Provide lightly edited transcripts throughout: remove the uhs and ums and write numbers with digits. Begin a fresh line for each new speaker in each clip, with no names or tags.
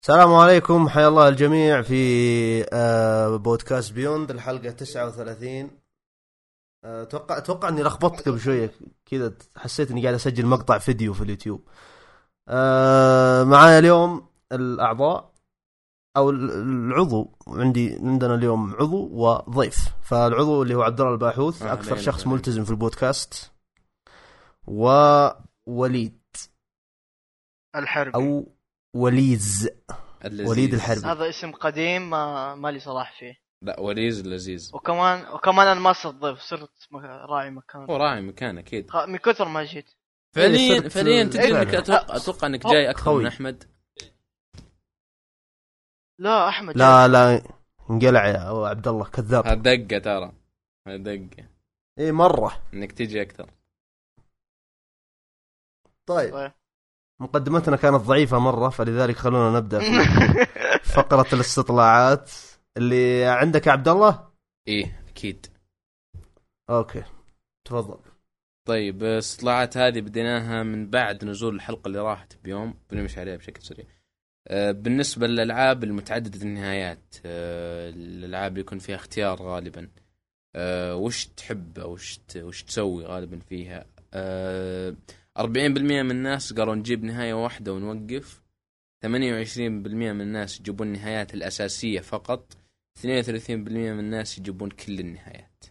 السلام عليكم، حيا الله الجميع في بودكاست بيوند الحلقة 39. اتوقع اني لخبطت قبل شوية كذا، حسيت اني قاعد اسجل مقطع فيديو في اليوتيوب. معايا اليوم الاعضاء او العضو، عندنا اليوم عضو وضيف. فالعضو اللي هو عبد الله الباحوث، اكثر
أهلين
شخص
وسهلين.
ملتزم في البودكاست. ووليد
الحربي.
او وليز، وليد
اللذيذ.
الحربي.
هذا اسم قديم ما لي صلاح فيه.
لا، وليز اللذيذ.
وكمان انا ما صرت ضيف، صرت راعي مكان.
هو راعي مكان اكيد.
من كثر ما جيت.
فعليا
صرت
فعليا تدري انك
فعلا.
اتوقع انك جاي اكثر
خوي.
من احمد.
لا احمد
لا انقلع يا عبد الله، كذاب.
هذا دقه ترى، هذا دقه
ايه مرة.
انك تجي اكثر.
طيب، مقدمتنا كانت ضعيفة مرة، فلذلك خلونا نبدأ في فقرة الاستطلاعات اللي عندك يا عبد الله.
ايه اكيد.
اوكي، تفضل.
طيب، الاستطلاعات هذه بديناها من بعد نزول الحلقه اللي راحت بيوم، بنمشي عليها بشكل سريع. بالنسبه للالعاب المتعدده النهايات، الالعاب اللي يكون فيها اختيار غالبا، وش تحب أو وش تسوي غالبا فيها. 40% من الناس قالوا نجيب نهاية واحدة ونوقف. 28% من الناس يجيبون النهايات الأساسية فقط. 32% من الناس يجيبون كل النهايات.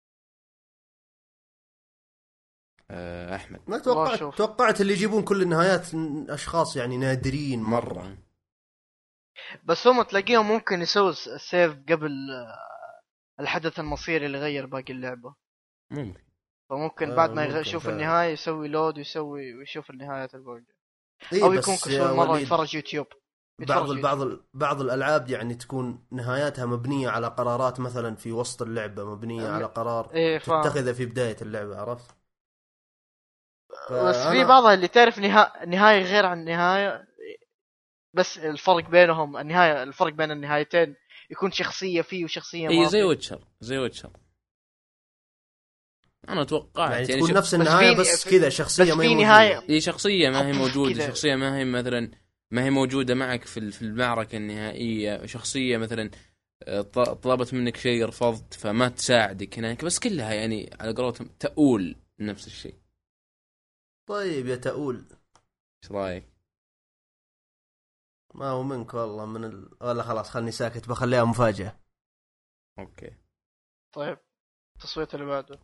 أحمد.
ما
والله شوف.
توقعت اللي يجيبون كل النهايات أشخاص يعني نادرين مرة.
بس هم تلاقيهم ممكن يسوي السيف قبل الحدث المصيري اللي غير باقي اللعبة.
ممكن.
فممكن بعد ما
ممكن
يشوف
فعلا.
النهاية يسوي لود ويشوف النهايات الباقية.
إيه
او يكون
بس
كل مرة
وليد،
يتفرج يوتيوب.
بعض الألعاب يعني تكون نهاياتها مبنية على قرارات، مثلا في وسط اللعبة مبنية على قرار
ايه
تتخذه في بداية اللعبة، عرفت؟
بس في
فأنا
بعضها اللي تعرف نهاية غير عن النهاية. بس الفرق بينهم الفرق بين النهايتين يكون شخصية فيه وشخصية
أي
ما
زي
فيه.
ويتشر. أنا توقعت
يعني تكون نفس النهاية بس كذا شخصية
بس
ما
في
هي
نهاية.
موجودة.
هي شخصية ما هي موجودة،
كذا.
شخصية ما هي مثلا ما هي موجودة معك في المعركة النهائية. شخصية مثلا طلبت منك شيء رفضت فما تساعدك هناك، بس كلها يعني على قولتهم تؤول نفس الشيء.
طيب يا تؤول،
ايش رايك؟
ما هو منك والله ولا خلاص خلني ساكت، بخليها مفاجأة.
اوكي.
طيب، التصويت اللي بعده.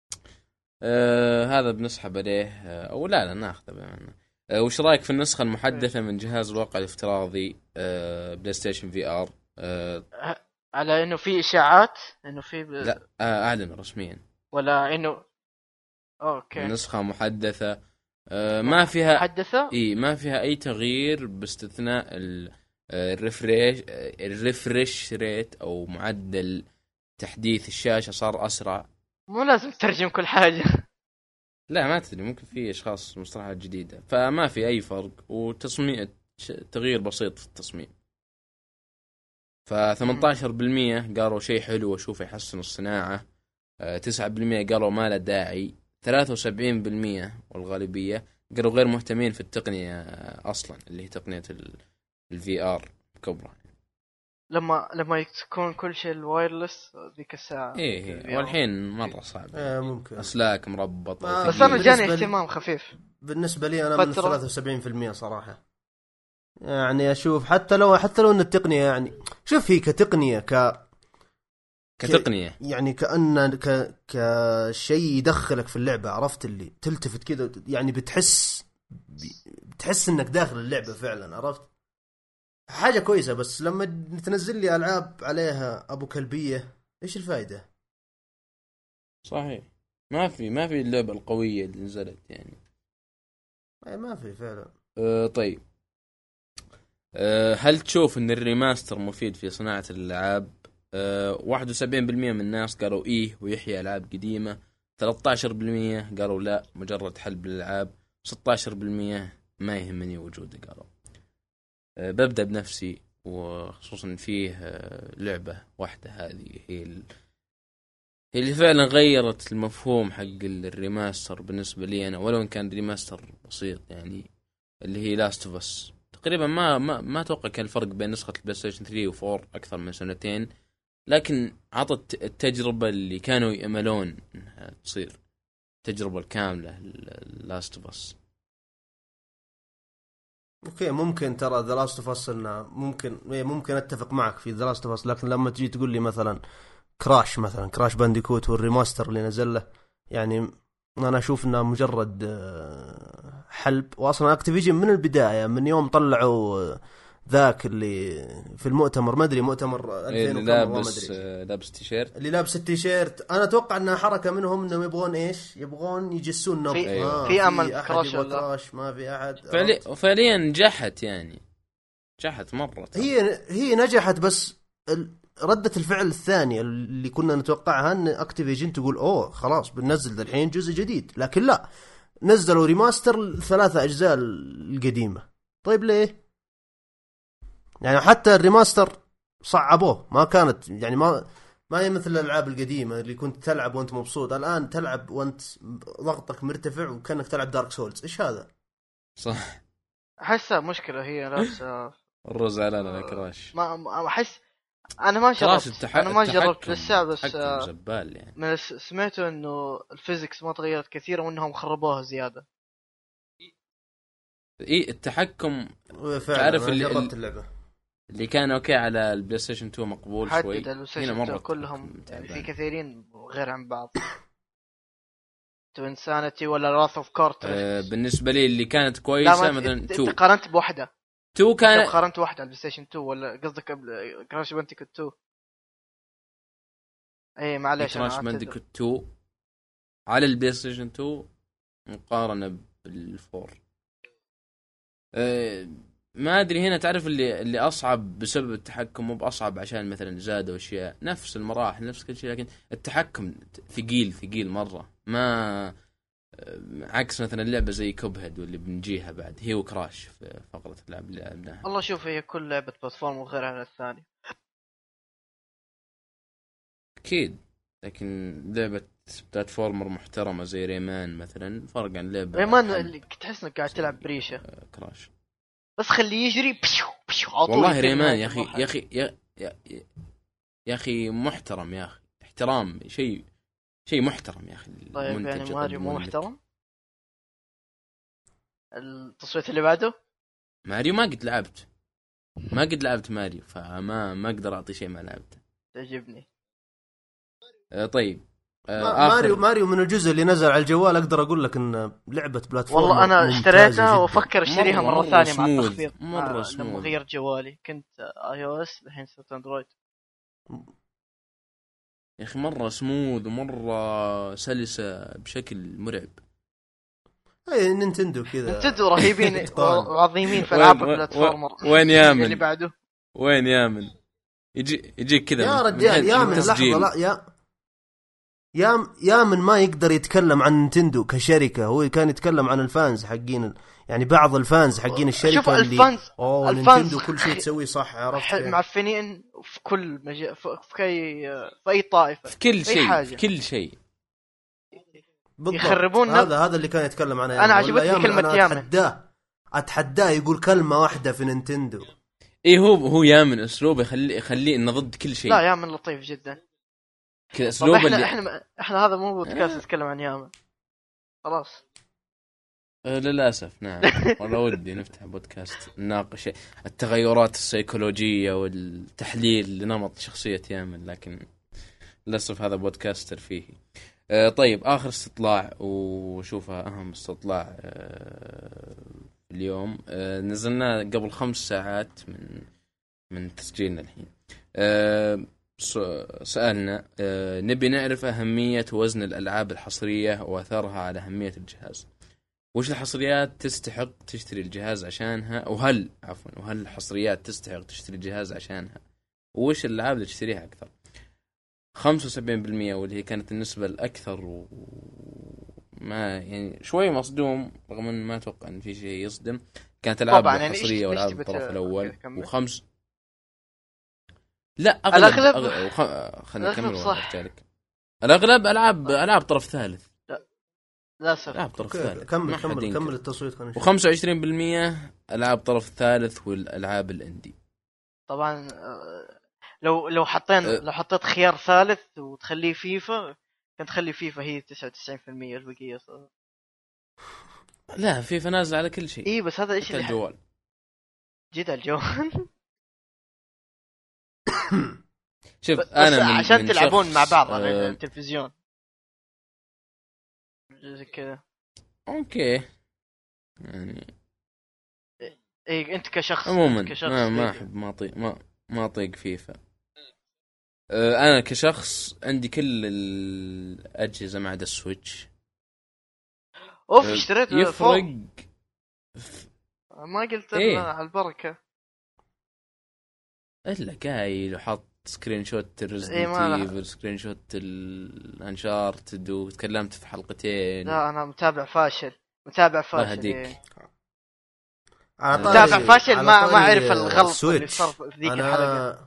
هذا بنسحب عليه، او لا ناخذه بمعنى. وش رايك في النسخة المحدثة من جهاز الواقع الافتراضي بلاي ستيشن في ار؟
على انه في اشاعات انه في
لا، اعلن رسميا
ولا انه اوكي
نسخة محدثة. ما فيها
محدثة.
ما فيها اي تغيير باستثناء الريفريش ريت او معدل تحديث الشاشة صار اسرع.
مو لازم تترجم كل حاجة.
لا ما تدري، ممكن في اشخاص مصطلحات جديدة، فما في اي فرق. وتصميم تغيير بسيط في التصميم. ف 18% قالوا شيء حلو واشوف يحسن الصناعة. 9% قالوا ما له داعي. 73% والغالبية قالوا غير مهتمين في التقنية أصلا، اللي هي تقنية الفي آر كبرى.
لما تكون كل شيء الوايرلس ذيك الساعة.
إيه والحين مرة صعب.
ممكن
أسلاك مربطة.
بس أنا جاني اهتمام خفيف.
بالنسبة لي أنا من 73% صراحة. يعني أشوف حتى لو إن التقنية، يعني شوف هي كتقنية
كتقنية
يعني كأن كشيء يدخلك في اللعبة، عرفت؟ اللي تلتفت كذا يعني بتحس إنك داخل اللعبة فعلا، عرفت؟ حاجة كويسة. بس لما تنزل لي ألعاب عليها أبو كلبية، إيش الفائدة؟
صحيح. ما في اللعبة القوية اللي نزلت يعني.
ما في فعلا.
طيب، هل تشوف ان الريماستر مفيد في صناعة الالعاب؟ 71% من الناس قالوا ايه ويحيى العاب قديمة. 13% قالوا لا، مجرد حلب الالعاب. 16% ما يهمني وجوده قالوا. ببدأ بنفسي، وخصوصا فيه لعبة واحدة هذه هي اللي فعلا غيرت المفهوم حق الريماستر بالنسبة لي أنا، ولو إن كان ريماستر بسيط يعني، اللي هي لاست اوف اس تقريبا ما اتوقع كان الفرق بين نسخه البلاي ستيشن 3 و4 اكثر من سنتين، لكن عطت التجربه اللي كانوا يأملون انها تصير، التجربه الكامله لاست اوف اس.
اوكي ممكن ترى ذا لاست اوف اس انه ممكن اتفق معك في ذا لاست اوف اس، لكن لما تجي تقول لي مثلا كراش بانديكوت والريماستر اللي نزل له، يعني انا اشوف انه مجرد حلب. واصلا اكتيفيجن من البدايه من يوم طلعوا ذاك اللي في المؤتمر، ما ادري مؤتمر 2000
لابس تيشيرت،
اللي لابس التيشيرت، انا اتوقع انها حركه منهم انهم يبغون ايش، يبغون يجسون نبض
في امل
كراش ما في احد
فعليا نجحت، يعني نجحت مره.
هي نجحت، بس ردة الفعل الثانية اللي كنا نتوقعها ان اكتيفيجن تقول اوه خلاص بننزل الحين جزء جديد، لكن لا، نزلوا ريماستر 3 أجزاء القديمة. طيب ليه؟ يعني حتى الريماستر صعبوه، ما كانت يعني ما هي مثل الألعاب القديمة اللي كنت تلعب وانت مبسوط، الآن تلعب وانت ضغطك مرتفع وكأنك تلعب دارك سولز. ايش هذا؟
صح،
احسها مشكلة هي نفسها
الرز على كراش.
ما احس انا ما جربت لسه، بس
زبال يعني.
من سمعته انه الفيزيكس ما تغيرت كثير وانهم خربوها زيادة.
التحكم
تعرف اللي
كان اوكي على البلاي ستيشن 2 مقبول شوي،
هنا مرة كلهم في كثيرين غير عن بعض. توين سانتي ولا راث اوف كورتريكس
بالنسبة لي اللي كانت كويسة مثلا 2.
انت قارنت بواحدة
2 كان
قارنت واحدة على البلاي ستيشن 2 ولا قصدك قبل كراش بانديكوت 2؟ اي معليش،
كراش بانديكوت 2 على البلاي ستيشن 2 مقارنة بالفور. ما ادري هنا تعرف اللي اصعب بسبب التحكم، مو باصعب عشان مثلا زادوا اشياء، نفس المراحل نفس كل شيء، لكن التحكم ثقيل مره. ما عكس مثلا لعبه زي كوب هيد واللي بنجيها بعد، هي وكراش في فقره اللعب اللي لعبناها.
والله شوف، هي كل لعبه بلاتفورم وغيرها عن الثاني
اكيد، لكن لعبه بلاتفورمر محترمه زي ريمان مثلا فرق عن لعبه
ريمان اللي تحس انك قاعد تلعب بريشه.
كراش
بس خليه يجري بيو
والله ريمان يا اخي محترم، يا اخي احترام، شيء محترم يا اخي.
طيب يعني ماريو مو محترم؟ التصويت اللي بعده
ماريو ما قد لعبت ماريو، فما اقدر اعطي شيء ما لعبته.
تعجبني.
طيب
ماريو من الجزء اللي نزل على الجوال اقدر اقول لك ان لعبه بلاتفورم.
والله انا اشتريتها وافكر اشتريها مره ثانيه مع التخفيض
مره
لما غير جوالي، كنت اي او اس الحين صرت اندرويد.
يا اخي مره سموث ومره سلسه بشكل مرعب.
اي نينتندو كذا،
نينتندو رهيبين وعظيمين في العاب البلاتفورمر.
وين يامن
اللي بعده
وين يامن يجيك كذا
يا رجال. يامن لحظه، لا يامن ما يقدر يتكلم عن نينتندو كشركه، هو كان يتكلم عن الفانز حقين، يعني بعض الفانز حقين الشركه.
شوف الفانز
نينتندو كل شيء تسويه صح، عرفت؟
معفنين في كل في اي طائفه،
في كل شيء
يخربون.
هذا اللي كان يتكلم عنه.
انا عجبتني كلمه يامن.
اتحداه يقول كلمه واحده في نينتندو.
ايه هو يامن اسلوبه يخليه انه ضد كل شيء.
لا يامن لطيف جدا
كذا اسلوبه.
احنا هذا مو بودكاست نتكلم عن يامن خلاص.
للاسف نعم. والله ودي نفتح بودكاست نناقش التغيرات السيكولوجيه والتحليل لنمط شخصيه يامن، لكن للاسف هذا بودكاست ترفيهي. طيب اخر استطلاع وشوفها اهم استطلاع اليوم، نزلنا قبل 5 ساعات من تسجيلنا الحين. سألنا نبي نعرف أهمية وزن الألعاب الحصرية وأثرها على أهمية الجهاز. وش الحصريات تستحق تشتري الجهاز عشانها، وهل الحصريات تستحق تشتري الجهاز عشانها، وش الألعاب اللي تشتريها أكثر. 75% واللي هي كانت النسبة الأكثر، ما يعني شوي مصدوم رغم أن ما أتوقع أن في شيء يصدم، كانت ألعاب حصرية والألعاب الطرف الأول. لا اغلب خلينا نكمل. الأغلب ألعاب طرف ثالث.
للاسف.
العاب طرف
اوكي
ثالث
كمل
ما حد
كمل
ينكر.
كمل التصويت خلينا نشوف.
و25% العاب طرف ثالث والالعاب الاندي.
طبعا لو حطيت خيار ثالث وتخليه فيفا، كنت تخلي فيفا هي 99% البقيه صار.
لا فيفا نازل على كل شيء.
اي بس هذا ايش
حتى الجوال.
جدا الجوال.
شوف
بس
انا من
عشان
من
تلعبون
شخص
مع بعض على التلفزيون زي كذا.
اوكي يعني
اي انت كشخص
عموما
كشخص
ما احب ما اطيق فيفا. انا كشخص عندي كل الاجهزه ما عدا السويتش.
اوف اشتريت
يفرق
ما قلت
إيه؟
على البركه
الا قايل وحط سكرين شوت
إيه
الريزدنت سكرين شوت الانشارتد وتكلمت في حلقتين.
لا انا متابع فاشل الله
هديك.
إيه.
على
متابع
طاري
فاشل
على
ما
طاري
اعرف الغلط اللي
السويتش.
صار في ذيك الحلقه.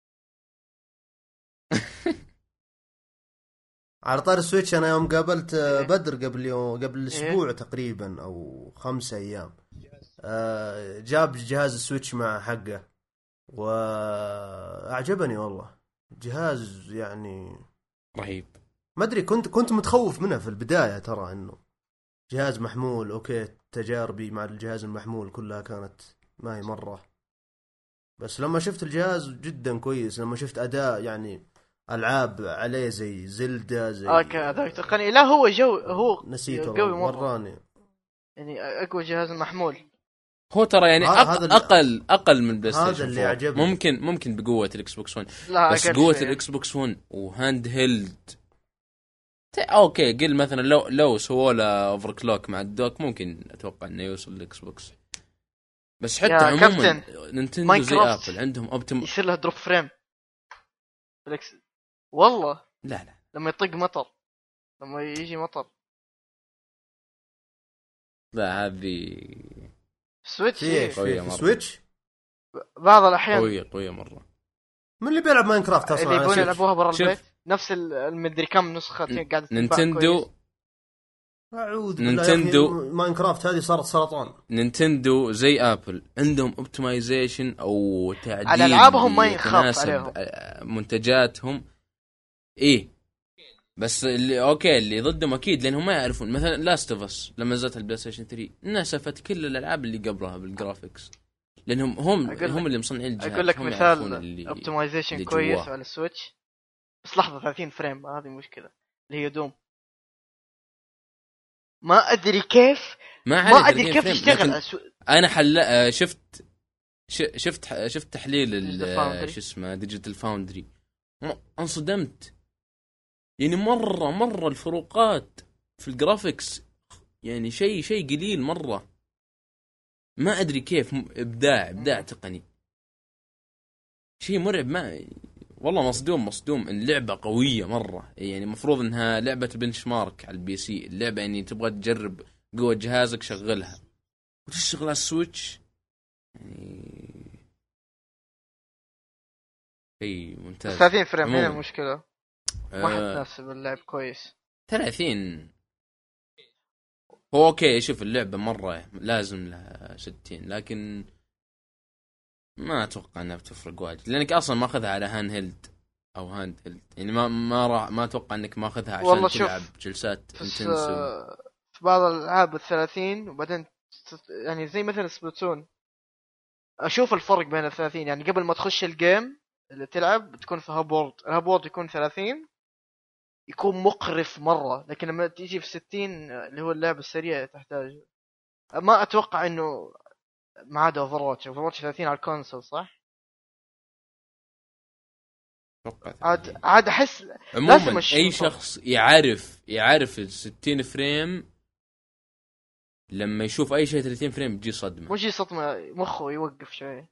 على طار السويتش انا يوم قابلت
إيه؟
بدر قبل اسبوع
إيه؟
تقريبا او 5 ايام جاب جهاز السويتش مع حقه واعجبني والله. جهاز يعني
رهيب.
ما ادري كنت متخوف منه في البدايه ترى انه جهاز محمول. اوكي تجاربي مع الجهاز المحمول كلها كانت ما هي مره، بس لما شفت الجهاز جدا كويس. لما شفت اداء يعني العاب عليه زي زلدا زي
اوكي هذاك تقني. لا هو هو
نسيت
قوي
والله
مرة.
وراني.
يعني اقوى جهاز محمول.
هو ترى يعني اقل من بلاي ستيشن.
هذا اللي عجبني.
ممكن بقوه الاكس بوكس 1
لا
بس قوه الاكس بوكس 1 وهاند هيلد. اوكي قل مثلا لو سووا له اوفر كلوك مع الدوك ممكن اتوقع انه يوصل الاكس بوكس. بس حتى عموما نينتندو زي ابل عندهم اوبتيم
يصير له دروب فريم بالعكس والله.
لا
لما يطق مطر، لما يجي مطر.
لا هذه
سويتش
في سويتش
بعض الاحيان
قويه مره.
من اللي بيلعب ماينكرافت اصلا
اللي يبون يلعبوها برا
شوف.
البيت نفس المدري كم نسخه قاعده
نينتندو
اعوذ
نينتندو
ماينكرافت هذه صارت سرطان.
نينتندو زي ابل عندهم اوبتمايزيشن او تعديل
على العابهم ما يخاف عليهم
منتجاتهم. ايه بس اللي ضدهم اكيد لانهم ما يعرفون. مثلا لاست اوف اس لما نزلت البلاي ستيشن 3 نسفت كل الالعاب اللي قبلها بالجرافيكس لانهم هم اللي مصنعين الجهاز.
اقول لك مثال اوبتمايزيشن كويس على السويتش بس لحظه 30 فريم هذه مشكله اللي هي دوم. ما ادري كيف تشتغل.
انا شفت تحليل شو اسمه ديجيتال فاوندري. انصدمت يعني مره الفروقات في الجرافيكس يعني شيء قليل مره. ما ادري كيف ابداع تقني شيء مرعب. ما والله مصدوم اللعبه قويه مره. يعني المفروض انها لعبه بنش مارك على البي سي. اللعبه يعني تبغى تجرب قوه جهازك شغلها وتشتغل على السويتش يعني شيء ممتاز.
30 فريم هنا المشكله ما حتناسب اللعب كويس.
30 هو اوكي. شوف اللعبه مره لازم لها 60 لكن ما اتوقع انها بتفرق واجد لانك اصلا ماخذها على هاند هيلد او هاند هيلد. يعني ما اتوقع انك ماخذها عشان تلعب جلسات انتنسيف.
في بعض الالعاب 30 وبعدين يعني زي مثلا سبلاتون اشوف الفرق بين 30. يعني قبل ما تخش الجيم اللي تلعب تكون في الهاب يكون 30 يكون مقرف مرة. لكن لما تيجي في 60 اللي هو اللعب السريع تحتاج. ما اتوقع انه ما عدا اوفرواتش 30 على الكونسول صح؟ عاد احس
عموما اي شخص يعرف ال 60 فريم لما يشوف اي شيء 30 فريم بيجي صدمه.
مش صدمه مخه يوقف شوي.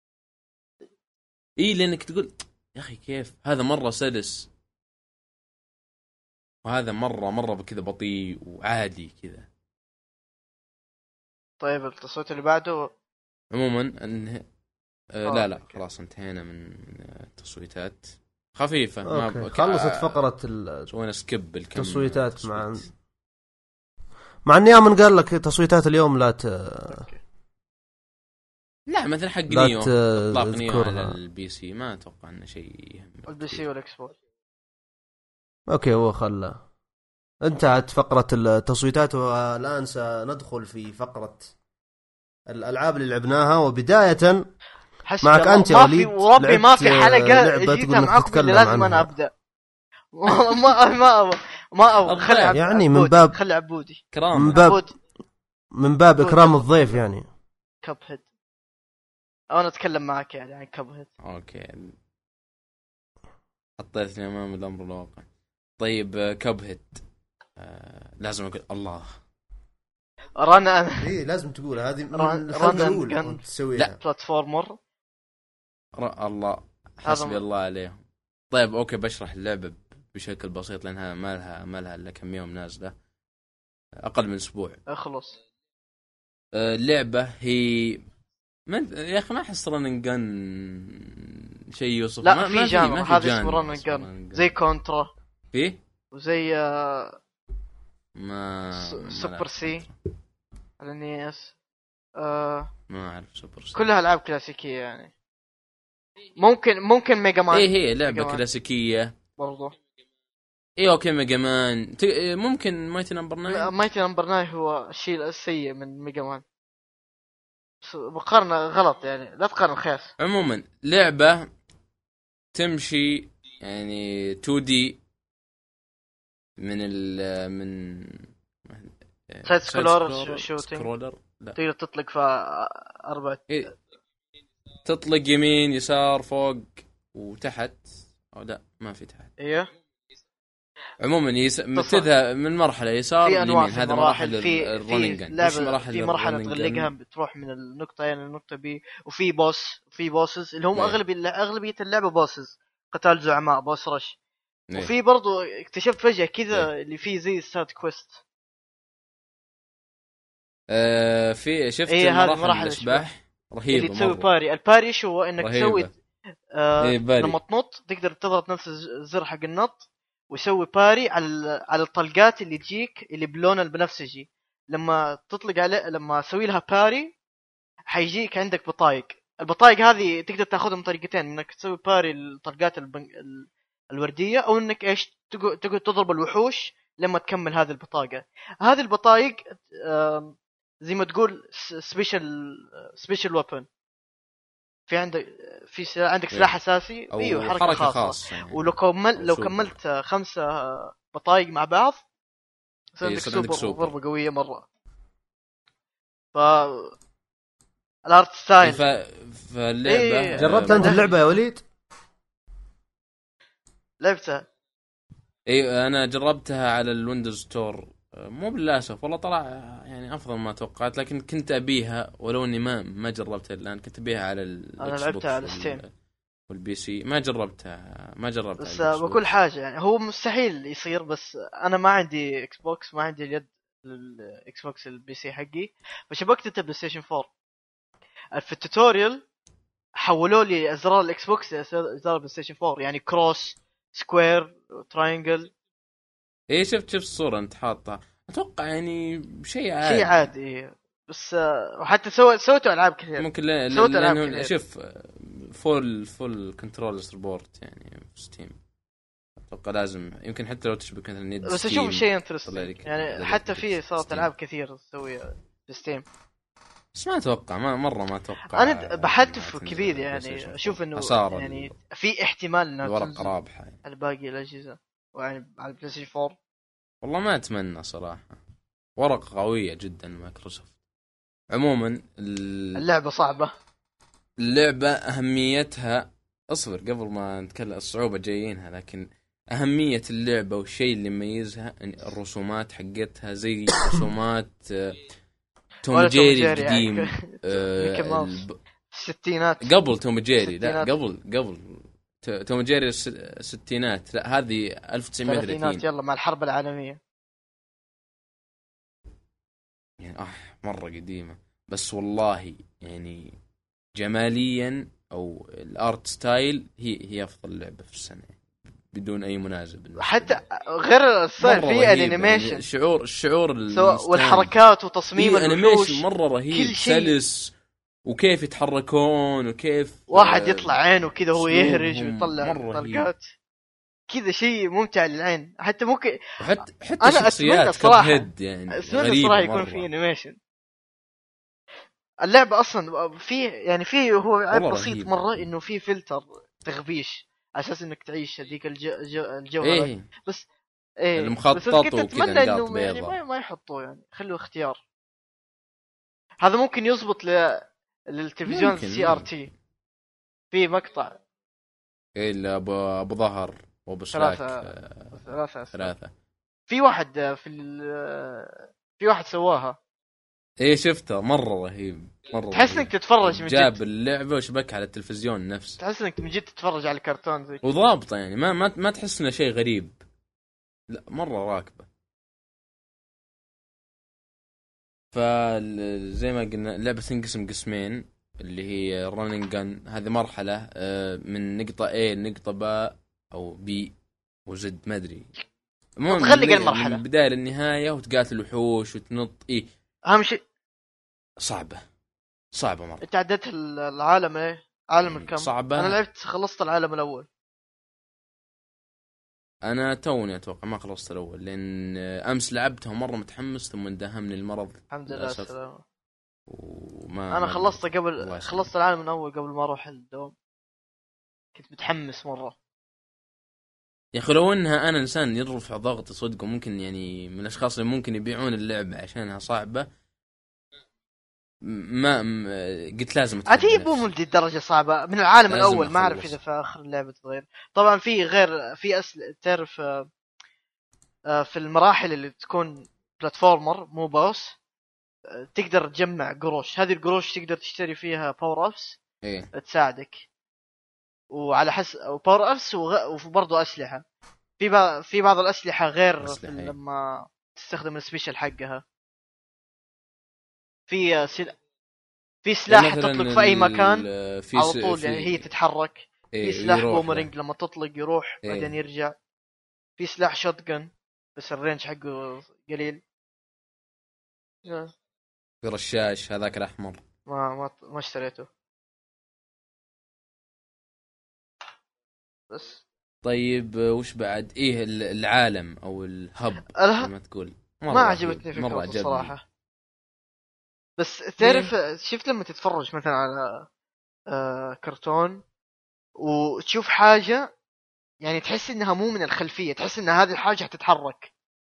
لانك تقول يا اخي كيف هذا مره سلس وهذا مره بكذا بطيء وعادي كذا.
طيب التصويت اللي بعده
عموما لا خلاص انتهينا من التصويتات خفيفه.
خلصت فقره
سوينا سكيب
التصويتات مع مع اني من قال لك تصويتات اليوم لا
لا مثل حق
لا
نيو اطلاق نيو على
تذكرها.
البي سي ما اتوقع انه شيء يهم
البي سي والاكس بوكس.
اوكي هو خلى انتهت فقرة التصويتات، والان سندخل في فقرة الالعاب اللي لعبناها، وبداية معك انت يا
ما في
وليد.
وربي ما في حلقة
لعبة
جيتها
تقول انك
معاكم
تتكلم
اللي لازم
عنها.
انا ابدا. ما ابغى خلي
يعني من
عبودي.
باب
خلي عبودي
كرام
من باب اكرام الضيف يعني.
كب هيد انا اتكلم معك يعني عن كب هيد.
اوكي حطيتني امام الامر الواقع. طيب كب هيد لازم اقول الله
رانا
ايه لازم تقول هذه من
ران
الحلقة الأولى وانت تسويها.
لا.
بلاتفورمر.
الله حسبي الله عليهم. طيب اوكي بشرح اللعبة بشكل بسيط لانها ما لها الا كم يوم نازلة، اقل من اسبوع.
اخلص.
اللعبة هي يا اخي ما احس رن جن شيء يوصف.
لا
ما
في جانر
ما في
هذا اسمه رن جن زي كونترا
فيه
وزي
ما
سوبر سي على نيس.
ما اعرف سوبر سي.
كلها العاب كلاسيكيه يعني. ممكن ميجا مان.
هي لعبة كلاسيكية
برضو.
اوكي ميجا مان ممكن مايتي نمبر 9.
مايتي نمبر 9 هو الشيء السيء من ميجا مان. مقارنة غلط يعني، لا تقارن خياس.
عموما لعبة تمشي يعني 2D من
سايد سكرولر شوتينج.
لا
تقدر تطلق في 4
تطلق يمين يسار فوق وتحت، او لا ما في تحت.
ايوه
عموما تذهب من مرحله يسار
اليمين.
هذا مراحل الرننج.
في مرحله تغلقها بتروح من النقطه A للنقطه B، وفي بوسز اللي هم اغلبيه اللعبه بوسز قتال زعماء بوس رش. وفي برضو اكتشفت فجاه كذا اللي فيه زي ستارت كويست.
في شفت
مراحل
الاشباح رهيبه
اللي تسوي
مرة.
باري. الباري شو انك
رهيبة.
تسوي لما تنط تقدر تضغط نفس الزر حق النط ويسوي باري على الطلقات اللي تجيك اللي بلون البنفسجي. لما تطلق عليه لما اسوي لها باري حيجيك عندك بطايق. البطايق هذه تقدر تاخذها من طريقتين، انك تسوي باري الطلقات الورديه، او انك ايش تقعد تضرب الوحوش لما تكمل هذه البطاقه. هذه البطايق زي ما تقول سبيشال ويبن. في عندك سلاح اساسي ايوه حركه خاصه يعني. ولو كملت 5 بطايق مع بعض يصير عندك سوبر ضربه قويه مره. الارت ستايل
فاللعبه
جربت انت اللعبه يا وليد؟
لعبتها
انا جربتها على الويندوز ستور. مو بالاسف والله طلع يعني افضل ما توقعت، لكن كنت ابيها ولو اني ما جربتها الان. كنت ابيها على
انا لعبتها على ستيم
والبي سي. ما جربتها
بس بكل حاجه يعني. هو مستحيل يصير، بس انا ما عندي اكس بوكس، ما عندي اليد الاكس بوكس البي سي حقي، فشبكت بلاي ستيشن 4. في التوتوريال حولوا لي ازرار الاكس بوكس ازرار البلاي ستيشن 4 يعني كروس سكوير تراينجل.
شفت الصوره انت حاطها، اتوقع يعني شيء عادي.
بس وحتى سويتوا العاب كثير.
ممكن لانه شوف فول كنترول سبورت يعني في ستيم. اتوقع لازم يمكن حتى لو تشبك مثلا نيد
بس اشوف شيء انترستينج يعني. حتى في صارت العاب كثير تسوي في ستيم،
بس ما اتوقع ما اتوقع.
انا بحثت كثير يعني اشوف انه يعني في احتمال انه
الورقه رابحه يعني
على باقي الاجهزه ويعني على البلاي ستيشن 4.
والله ما اتمنى صراحه، ورقه قويه جدا مايكروسوفت. عموما
اللعبه صعبه.
اللعبه اهميتها اصبر قبل ما نتكلم الصعوبه جايينها، لكن اهميه اللعبه والشيء اللي يميزها الرسومات حقتها زي رسومات توم جيري القديم.
الستينات
قبل توم جيري. لا قبل توم جيري الستينات. لا هذه 1930
يلا مع الحرب العالمية
يعني. مرة قديمة، بس والله يعني جماليا او الارت ستايل هي افضل لعبة في السنة بدون اي منازع بالنسبة
حتى
لي.
غير الصير
مرة
في
رهيب
انيميشن
يعني الشعور
والحركات وتصميم
إيه
الوحوش
انيميشن مرة رهيب
كل شيء.
سلس، وكيف يتحركون وكيف
واحد يطلع عينه كذا وهو يهرج
أسلوبهم
ويطلع
مرة رهيب.
طلقات كذا، شيء ممتع للعين. حتى ممكن
وحتى
انا اتمنى
الشخصيات
الصراحه
كابهيد يعني
اتمنى
غريبة
الصراحه يكون
مرة.
في انيميشن. اللعبه اصلا في يعني في هو عيب
والله
بسيط
رهيب.
مره انه في فلتر تغبيش على اساس انك تعيش هذيك الجوهره
ايه
بس. ايه
المخطط
بس كنت
وكذا
اتمنى
نقاط
انه يعني
بيضاء.
ما يحطوه، يعني خلوا اختيار. هذا ممكن يزبط للتلفزيون
ممكن
السي ار تي. في مقطع
ايه اللي ابو ظهر وابو سلاك
ثلاثة
ثلاثة.
في واحد في واحد سواها.
ايه شفته مرة رهيب مرة
تحس
رهيب.
انك تتفرج من
جاب
جد،
اللعبة وشبكها على التلفزيون نفسه،
تحس انك من جد تتفرج على الكرتون زي كذا.
وضابطة يعني ما تحس انه شيء غريب، لا مرة راكبة. فزي ما قلنا اللعبة تنقسم قسمين، اللي هي رننج جن، هذه مرحلة من نقطة A لنقطة B أو B وزد ما أدري، المهم
تغلق المرحلة
من البداية للنهاية وتقاتل وحوش وتنط. إيه
اهم شيء
صعبة مرة.
انت عديت العالم ايه؟ عالم الكم؟
صعبة.
انا لعبت خلصت العالم الاول.
أنا توني أتوقع ما خلصت الأول، لأن أمس لعبتها مرة متحمس ثم اندهمني المرض
الحمد لله السلامة.
وما
انا خلصت خلصت العالم الاول قبل ما اروح الدوام، كنت متحمس مرة.
يا أخي لو أنها أنا إنسان يرفع ضغطي صدق، وممكن يعني من الأشخاص اللي ممكن يبيعون اللعبة عشانها صعبة، قلت لازم
عتيب مو من الدرجة صعبة من العالم الأول. ما أعرف إذا
أخلص.
في آخر اللعبة تغير. طبعا في غير في تعرف في المراحل اللي تكون بلاتفورمر مو باوس، تقدر تجمع قروش. هذه القروش تقدر تشتري فيها باور أبس
إيه
تساعدك، وعلى باور أبس وبرضو أسلحة. في بعض الأسلحة غير لما تستخدم السبيشال حقها. في سلاح تطلق في اي مكان على طول يعني هي تتحرك. في سلاح بومرينج لما تطلق يروح بعدين يرجع. في سلاح شوتجن بس الرينج حقه قليل.
في رشاش هذاك الاحمر
ما اشتريته بس.
طيب وش بعد؟ ايه العالم او الهب زي ما تقول
ما عجبتني فكرة الصراحة. بس تعرف شفت لما تتفرج مثلا على كرتون وتشوف حاجة يعني تحس انها مو من الخلفية، تحس ان هذه الحاجة هتتحرك،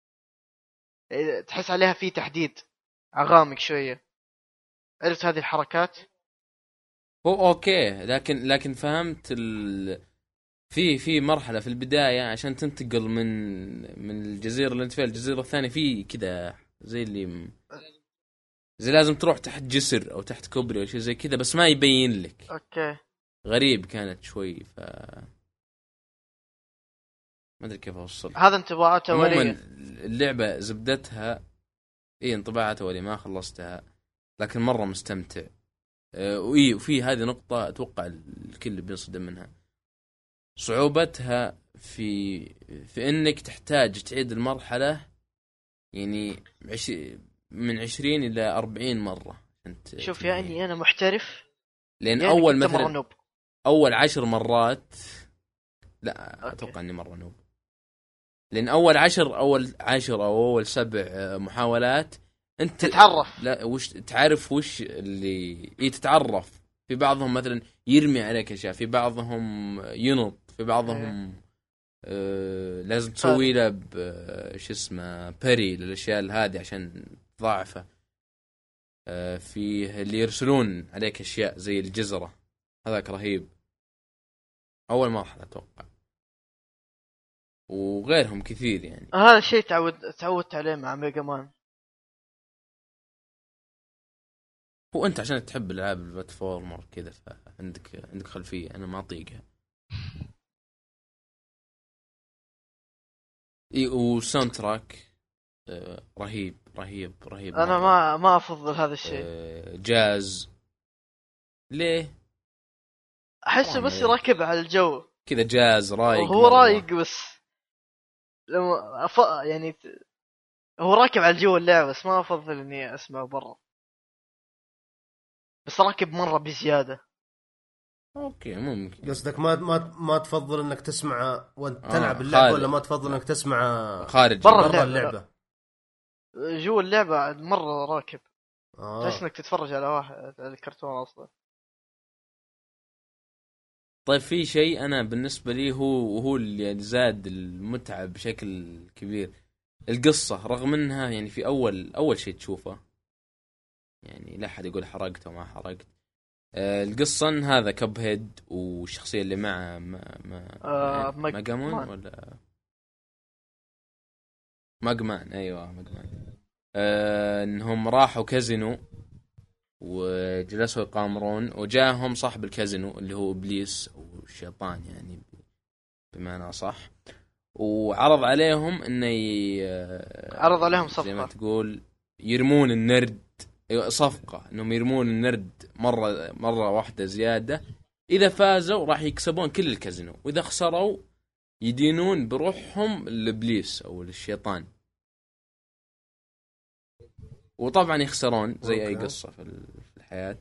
تحس عليها في تحديد عغامق شوية. عرفت هذه الحركات؟
هو اوكي، لكن فهمت في مرحلة في البداية عشان تنتقل من الجزيرة اللي انت فيها الجزيرة الثانية، في كذا زي لازم تروح تحت جسر او تحت كوبري او شيء زي كذا، بس ما يبين لك.
اوكي
غريب كانت شوي، ما ادري كيف اوصل.
هذا انطباعات اوليه.
اللعبه زبدتها انطباعات اوليه ما خلصتها، لكن مره مستمتع. وفي هذه نقطه اتوقع الكل بينصدم منها، صعوبتها في انك تحتاج تعيد المرحله يعني من 20 الى 40 مره.
شوف يعني انا محترف،
لان يعني اول مثلا اول 10 مرات لا اتوقع اني مره نوب، لان اول 10 او اول 7 محاولات انت
تتعرف،
لا وش تعرف وش اللي تتعرف. في بعضهم مثلا يرمي عليك اشياء، في بعضهم ينط، في بعضهم لازم تسوي له شو اسمه باري للاشياء هذه عشان تضاعفه. فيه اللي يرسلون عليك اشياء زي الجزرة، هذاك رهيب اول مرحلة اتوقع، وغيرهم كثير يعني.
هذا الشيء تعودت عليه مع ميجا مان.
هو انت عشان تحب العاب البلاتفورمر كذا فعندك خلفية، انا ما اطيقها. والساوند تراك رهيب رهيب رهيب.
انا ما افضل هذا الشيء.
جاز ليه؟
احسه بس يركب على الجو،
كذا جاز رايق
هو
مرة.
رايق بس لما يعني هو راكب على الجو اللعبة، بس ما افضل اني اسمعه برا، بس راكب مرة بزيادة.
اوكي ممكن.
قصدك ما تفضل انك تسمع وانت تلعب اللعبه،
خارج.
ولا ما تفضل
لا.
انك تسمع
خارج
برا
برا
اللعبة،
اللعبه؟
جوا اللعبة مرة راكب، تحس
اه
انك تتفرج على واحد على الكرتون اصلا.
طيب في شيء انا بالنسبه لي هو اللي زاد المتعه بشكل كبير، القصه. رغم انها يعني في اول شيء تشوفه، يعني لا احد يقول حرقت وما حرقت. القصه إن هذا كب هيد والشخصيه اللي معه ما جامون
مان.
ولا ماجمان. ايوه ماجمان. انهم راحوا كازينو وجلسوا يقامرون، وجاهم صاحب الكازينو اللي هو ابليس او الشيطان يعني بمعنى صح، وعرض عليهم انه
عرض عليهم
زي ما
صفقة.
تقول يرمون النرد. أيوة، صفقة انهم يرمون النرد مرة واحدة زيادة. اذا فازوا راح يكسبون كل الكازينو، واذا خسروا يدينون بروحهم لابليس او للشيطان. وطبعا يخسرون زي اي
أوكي.
قصة في الحياة.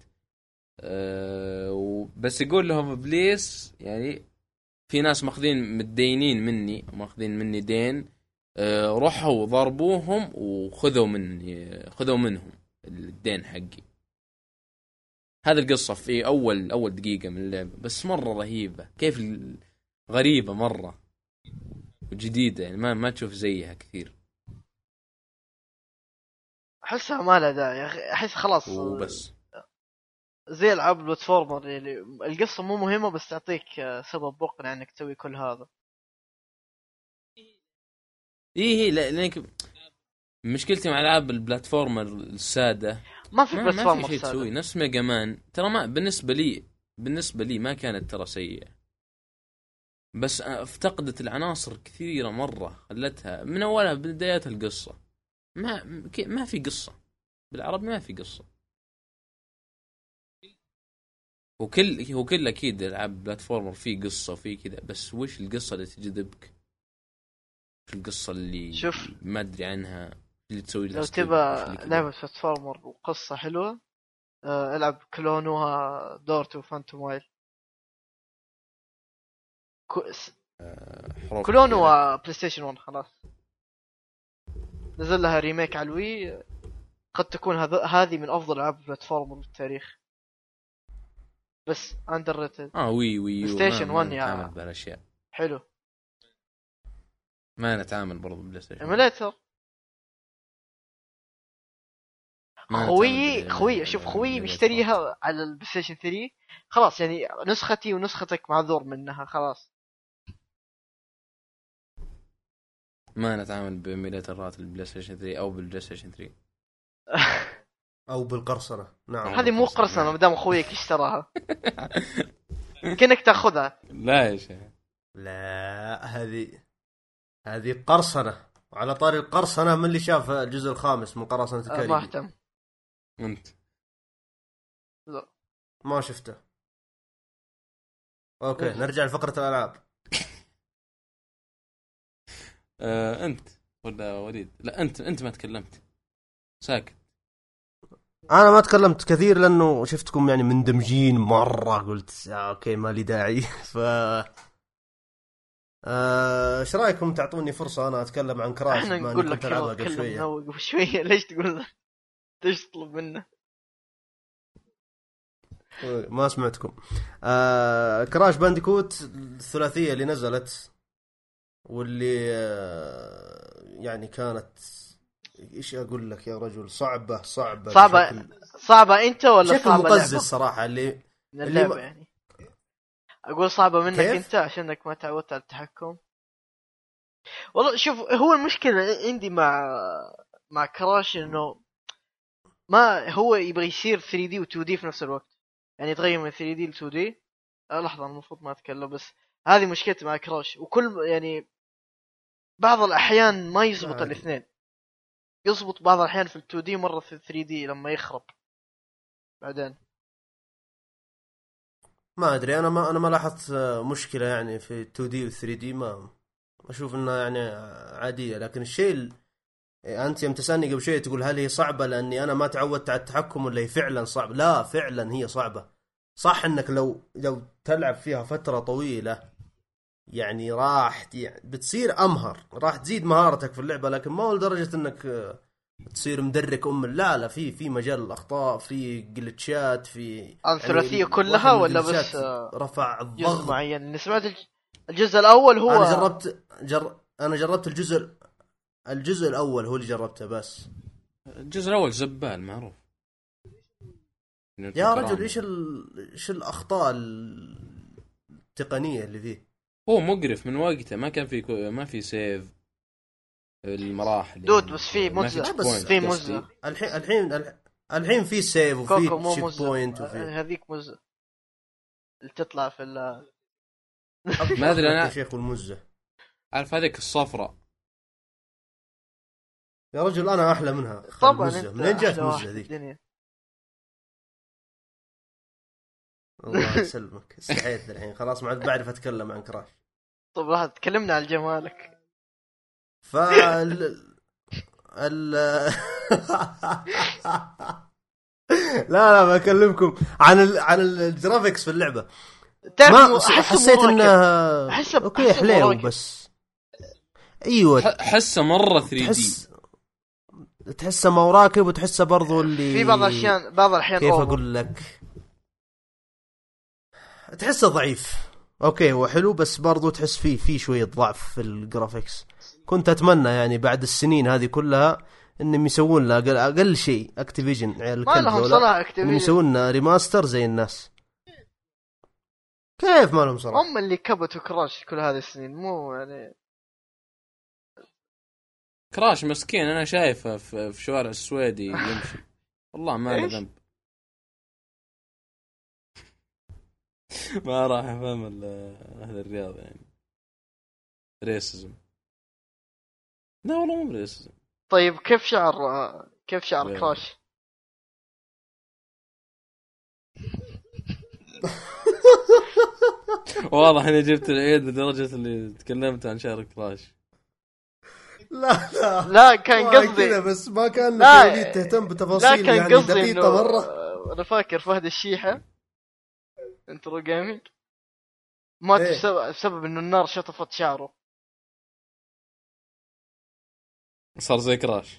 بس يقول لهم ابليس يعني في ناس ماخذين متدينين مني وماخذين مني دين، روحوا ضربوهم خذوا منهم الدين حقي. هذه القصة في أول دقيقة من اللعبة، بس مرة رهيبة. كيف غريبة مرة وجديدة، يعني ما تشوف زيها كثير.
احسها ما لها داعي يا اخي، احس خلاص
وبس.
زي العاب البلاتفورمر، يعني القصة مو مهمة بس تعطيك سبب مقنع انك تسوي كل هذا.
إيه لا، لأنك مشكلتي مع ألعاب البلاتفورمر السادة
ما في
ما في
بلاتفورمر
شيء
سادة.
تسوي. نفس ميجا مان ترى ما بالنسبة لي ما كانت ترى سيئة، بس افتقدت العناصر كثيرة مرة، خلتها من أولها بدايات القصة ما في قصة بالعربي، ما في قصة. وكل أكيد ألعاب بلاتفورمر في قصة وفي كذا، بس وش القصة اللي تجذبك؟ وش القصة اللي
شوف،
ما أدري عنها، اللي تسوي لها
لو
سكيب؟
تبى
وش اللي كذا؟
لعبة بلاتفورمر وقصة حلوة، العب كلونوها دورتو فانتوم وايل.
حروف كثيرة.
كلونوها بلاي ستيشن 1 خلاص، نزل لها ريميك على الوي. قد تكون هذه من افضل العاب البلاتفورمر بالتاريخ، بس اندر ريتد.
وي
بلاي
يو
ستيشن
ما
1
نتعامل
يا
بهالأشياء،
حلو.
ما نتعامل برضو بلاي ستيشن 1.
ايميليتر
ما نتعامل
خوي شوف، خوي
بالإيميليترات.
بيشتريها على البلاي ستيشن 3 خلاص، يعني نسختي ونسختك معذور منها خلاص.
ما نتعامل بإيميليترات البلاي ستيشن 3 أو بالبلاي ستيشن 3.
او بالقرصنه. نعم.
هذه مو قرصنة
نعم.
ما دام اخويك اشتراها كأنك تاخذها.
لا يا شيخ.
لا، هذه قرصنه. وعلى طاري القرصنه، من اللي شاف الجزء الخامس من قراصنة
ما
الكاريبي؟
اهتم.
أنت
لا.
ما شفته. اوكي،
إيه.
نرجع لفقرة الالعاب.
أنت ولا وليد؟ لا أنت ما تكلمت، ساكت.
انا ما تكلمت كثير لانه شفتكم يعني مندمجين مره، قلت اوكي ما لي داعي. ف ايش رايكم تعطوني فرصه انا اتكلم عن كراش
احنا
بما اني
نقول لك
كنت العبها
يلا
قبل
تكلم
شويه؟
نوق شويه ليش تقول له؟ ليش تطلب منه؟
ما سمعتكم. كراش بانديكوت الثلاثيه اللي نزلت، واللي يعني كانت، ايش اقول لك يا رجل، صعبه
صعبه
بشكل
صعبه انت ولا
بشكل
صعبه
مقزز
لعبه
صراحه. اللي
من
اللي
اللعبه يعني؟ اقول صعبه منك
كيف؟
انت عشانك ما تعودت على التحكم. والله شوف، هو المشكله عندي مع كراش انه ما هو يبغى يصير 3D و 2D في نفس الوقت، يعني يتغير من 3D ل 2D. لحظه، المفروض ما اتكلم، بس هذه مشكلتي مع كراش. وكل يعني بعض الاحيان ما يزبط
عادي.
الاثنين، يزبط بعض الاحيان في ال 2D مره في ال 3D لما يخرب بعدين.
ما ادري، انا ما لاحظت مشكله يعني في 2 دي و 3 دي، ما اشوف انها يعني عاديه. لكن الشيء انت يوم تسالني قبل شوي تقول هل هي صعبه لاني انا ما تعودت على التحكم ولا هي فعلا صعبه؟ لا فعلا هي صعبه. صح انك لو تلعب فيها فتره طويله يعني يعني بتصير امهر، راح تزيد مهارتك في اللعبه، لكن ما هو لدرجه انك تصير مدرك لا في مجال الاخطاء، في جلتشات، في
الثلاثيه
واحد
كلها
من
ولا بس
الجلتشات رفع
جزء
الضغط.
معين؟ اللي سمعت الجزء الاول هو
انا انا جربت الجزء الاول هو اللي جربته بس.
الجزء الاول زبال معروف.
يا رجل ايش الاخطاء التقنيه اللي فيه؟
هو مقرف من وقته، ما في سيف المراحل
دود
يعني.
بس في
ما
مزة،
بس
في مزة.
الحين في سيف وفي
كوكو مو
تشيك
مزة،
بوينت وفي
هذيك مزة اللي تطلع في
ما ادري
يا
انا
شيخ والمزه.
عارف هذيك الصفراء.
يا رجل انا احلى منها.
طبعا
مزه
انت
منين جات
احلى واحد
مزه
في
ذي؟
الدنيا.
الله يسلمك، استحيت الحين خلاص ما عاد بعرف اتكلم عن كراش.
طب راح تكلمنا عن جمالك.
ف ال لا بكلمكم عن الجرافيكس في اللعبه. ما حسيت انه اوكي حلو بس ايوه
حسه مره 3D.
تحسه ما راكب، وتحسه برضو اللي
في بعض الاحيان
كيف اقول لك، تحسه ضعيف. اوكي هو حلو بس برضو تحس فيه شويه ضعف في الجرافيكس. كنت اتمنى يعني بعد السنين هذه كلها انهم يسوون له اقل شيء اكتيفيجن
ما لهم صراحه اكتيفيجن
انهم يسوون لنا ريماستر زي الناس. كيف ما لهم صراحه؟
هم اللي كبتوا كراش كل هذه السنين، مو يعني
كراش مسكين انا شايفه في شوارع السويدي يمشي والله ما له ذنب. ما راح افهم اهل الرياض يعني ريسزم. لا والله مو ريسزم.
طيب كيف شعر كراش؟
واضح اني جبت العيد لدرجة اللي تكلمت عن شعر كراش.
لا
كان قصدي
كذا بس ما كان وليد تهتم بتفاصيل يعني دقيقة مرة.
انا فاكر فهد الشيحة انترو جيمنج مات بسبب انه النار شطفت شعره،
صار زي كراش.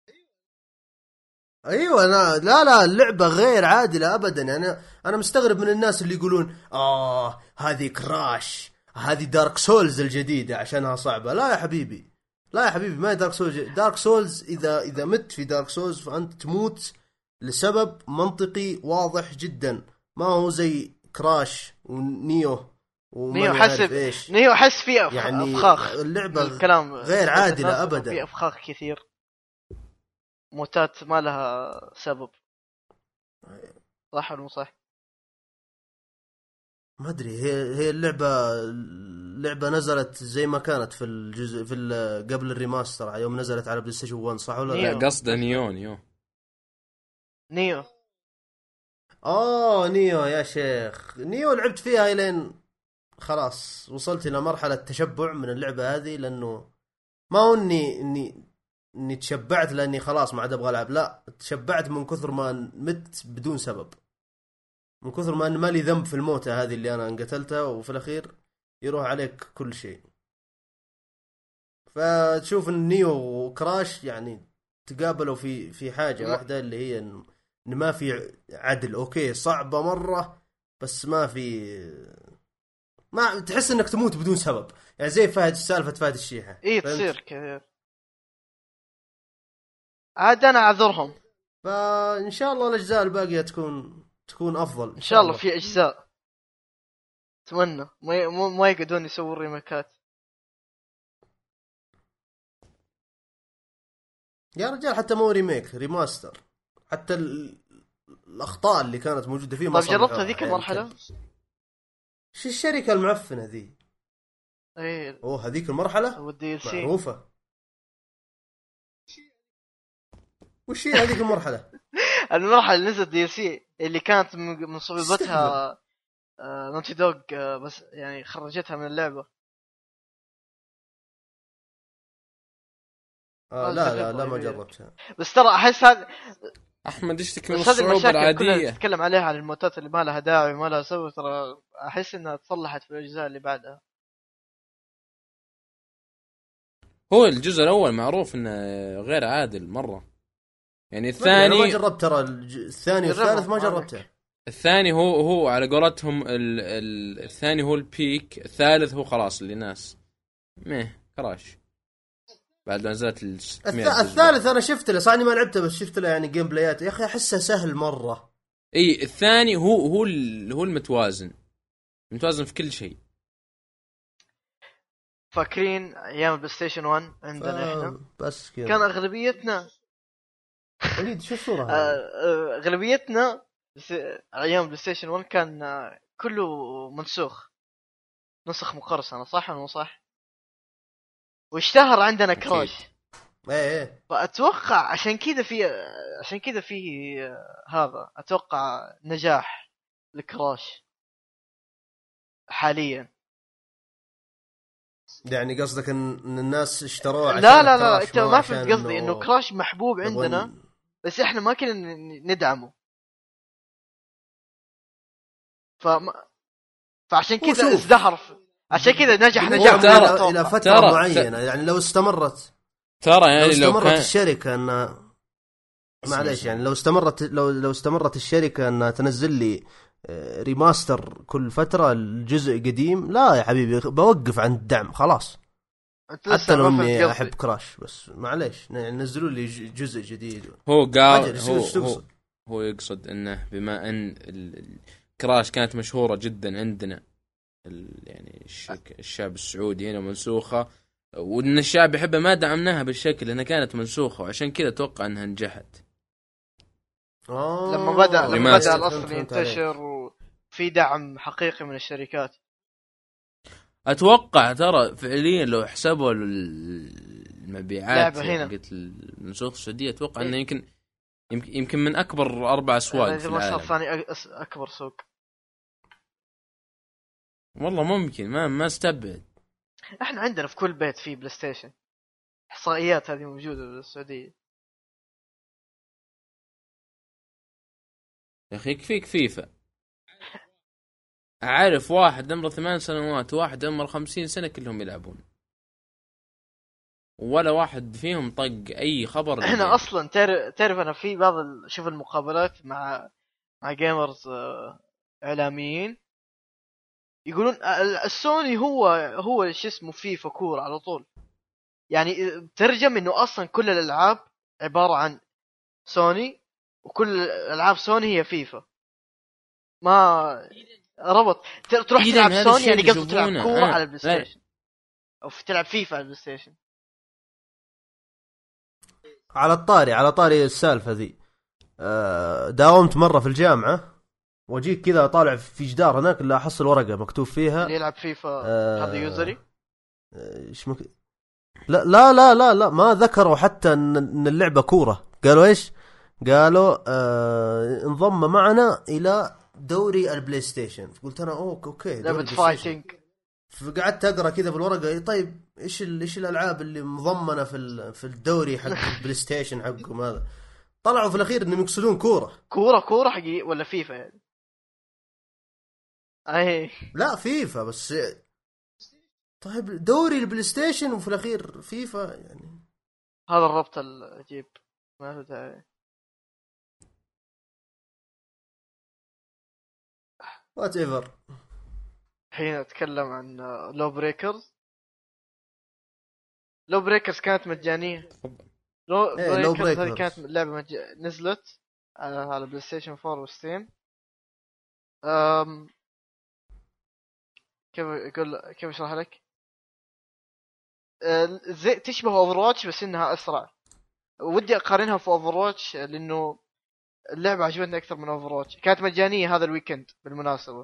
ايوه لا اللعبه غير عادله ابدا. يعني انا مستغرب من الناس اللي يقولون هذه كراش، هذه دارك سولز الجديده عشانها صعبه. لا يا حبيبي ما هي دارك سولز. دارك سولز اذا مت في دارك سولز فانت تموت لسبب منطقي واضح جدا، ما هو زي كراش ونيو نيو
حس فيه
يعني
افخاخ.
اللعبه
الكلام
غير عادله ابدا،
في افخاخ كثير، موتات ما لها سبب. صح ولا مو صح؟
ما ادري. هي اللعبه نزلت زي ما كانت في الجزء قبل الريماستر يوم نزلت على بلاي ستيشن 1 صح ولا
لا؟ قصده نيو
نيو
يا شيخ. نيو لعبت فيها الين خلاص وصلت الى مرحله تشبع من اللعبه هذه، لانه ما هو اني تشبعت لاني خلاص ما عاد ابغى العب، لا تشبعت من كثر ما مت بدون سبب، من كثر ما ما لي ذنب في الموتة هذه اللي انا انقتلتها، وفي الاخير يروح عليك كل شيء. فتشوف ان نيو وكراش يعني تقابلوا في حاجه واحده اللي هي ان ما في عدل. اوكي صعبه مره بس ما تحس انك تموت بدون سبب، يعني زي سالفه فهد الشيحه.
تصير كثير عاد. انا اعذرهم.
فان شاء الله الاجزاء الباقيه تكون افضل
ان شاء الله. في اجزاء اتمنى ما يقعدون يسوون ريميكات.
يا رجال حتى مو ريميك، ريماستر. حتى الاخطاء اللي كانت موجوده فيه ما
طيب جربت هذيك المرحله؟
شو الشركه المعفنه ذي؟
ايه
هذيك المرحله
والدي ال سي
معروفه. وش هي هذيك المرحله؟
المرحله اللي نزلت دي ال سي اللي كانت من صعوبتها نوتي دوغ بس يعني خرجتها من اللعبة.
لا لا لا ما جربتها.
بس ترى احس هذا
احمد اشتكي من
بس هذه
الصعوبه
المشاكل كلها اللي
العاديه.
تتكلم عليها عن الموتات اللي ما لها داعي وما لها سبب، ترى احس انها تصلحت في الاجزاء اللي بعدها.
هو الجزء الاول معروف انه غير عادل مره، يعني
انا
الثاني
ما جربت ترى الثاني والثالث ما
جربهم
جربته.
الثاني هو على قولتهم الثاني هو البيك، الثالث هو خلاص اللي ناس كراش بعد ما نزلت
الثالث انا شفت له، صح اني ما لعبته بس شفت له يعني جيم بلايات، يا اخي احسه سهل مره.
اي الثاني هو المتوازن في كل شيء.
فاكرين ايام البلاي ستيشن 1 عندنا احنا
بس كذا
كان اغلبيتنا
وليد شو الصوره هذه؟
اغلبيتنا ايام البلاي ستيشن 1 كان كله منسوخ، نسخ مقرصنه، صح ولا مو صح؟ واشتهر عندنا
أكيد.
كراش.
ايه
فاتوقع عشان كذا في هذا اتوقع نجاح الكراش حاليا.
يعني قصدك ان الناس اشتروه عشان
لا
كراش،
انت ما
عشان
فهمت قصدي، انه كراش محبوب عندنا بس احنا ما كنا ندعمه. فعشان كذا ازدهر، عشان كذا نجح نجاح
الى فتره معينه. يعني لو استمرت
يعني
لو استمرت الشركه انها معليش، يعني لو استمرت الشركه انها تنزل لي ريماستر كل فتره الجزء قديم، لا يا حبيبي بوقف عن الدعم خلاص. حتى لو اني احب كراش، بس معليش نزلوا لي جزء جديد.
هو قال هو يقصد انه بما ان كراش كانت مشهوره جدا عندنا يعني الشعب السعودي هنا منسوخه، وان الشعب يحبها، ما دعمناها بالشكل لانها كانت منسوخه، وعشان كذا اتوقع انها نجحت.
لما بدأ الأصل ينتشر وفي دعم حقيقي من الشركات.
أتوقع ترى فعليا لو حسبوا المبيعات حقت النسخ السعودية، أتوقع أنه يمكن من أكبر 4 أسواق في العالم.
ثاني أكبر سوق
والله ممكن، ما استبعد.
احنا عندنا في كل بيت في بلاي ستيشن، إحصائيات هذه موجودة بالسعودية.
يا أخي يكفيك فيفا، أعرف واحد عمره 8 سنوات وواحد عمره 50 سنة كلهم يلعبون، ولا واحد فيهم طق أي خبر.
احنا أصلا تعرف أنا في بعض شوف المقابلات مع جيمرز إعلاميين يقولون السوني هو شو اسمه فيفا كورة على طول، يعني ترجم إنه أصلا كل الألعاب عبارة عن سوني، وكل الألعاب سوني هي فيفا. ما ربط تروح تلعب سوني يعني قصدك تلعب كورة على البلاي ستيشن أو تلعب فيفا على البلاي ستيشن.
على طاري السالفة ذي، داومت مرة في الجامعة وجيك كذا طالع في جدار هناك اللي أحصل ورقة مكتوب فيها
اللي يلعب فيفا هذا يوزري.
لا ما ذكروا حتى ان اللعبة كورة. قالوا ايش؟ قالوا انضم معنا الى دوري البلاي ستيشن. قلت انا اوكي
لعبة فايتنج.
فقعدت اقرا كذا في الورقة، طيب ايش الالعاب اللي مضمنة في الدوري حق البلاي ستيشن حقكم هذا؟ طلعوا في الاخير انهم يقصدون كورة
حقيقي ولا فيفا يعني؟ اي
لا فيفا بس. طيب دوري البلاي ستيشن وفي الاخير فيفا، يعني
هذا الربط العجيب ما له داعي.
وات ايفر.
الحين اتكلم عن لو بريكرز. لو بريكرز كانت مجانية. لو بريكرز هذه كانت لعبة نزلت على بلاي ستيشن 4 وستيم. كيف اشرح لك؟ زي تشبه اوفرواتش بس انها اسرع. ودي اقارنها في اوفرواتش لانه اللعبة عجبتني اكثر من اوفرواتش. كانت مجانية هذا الويكند بالمناسبة،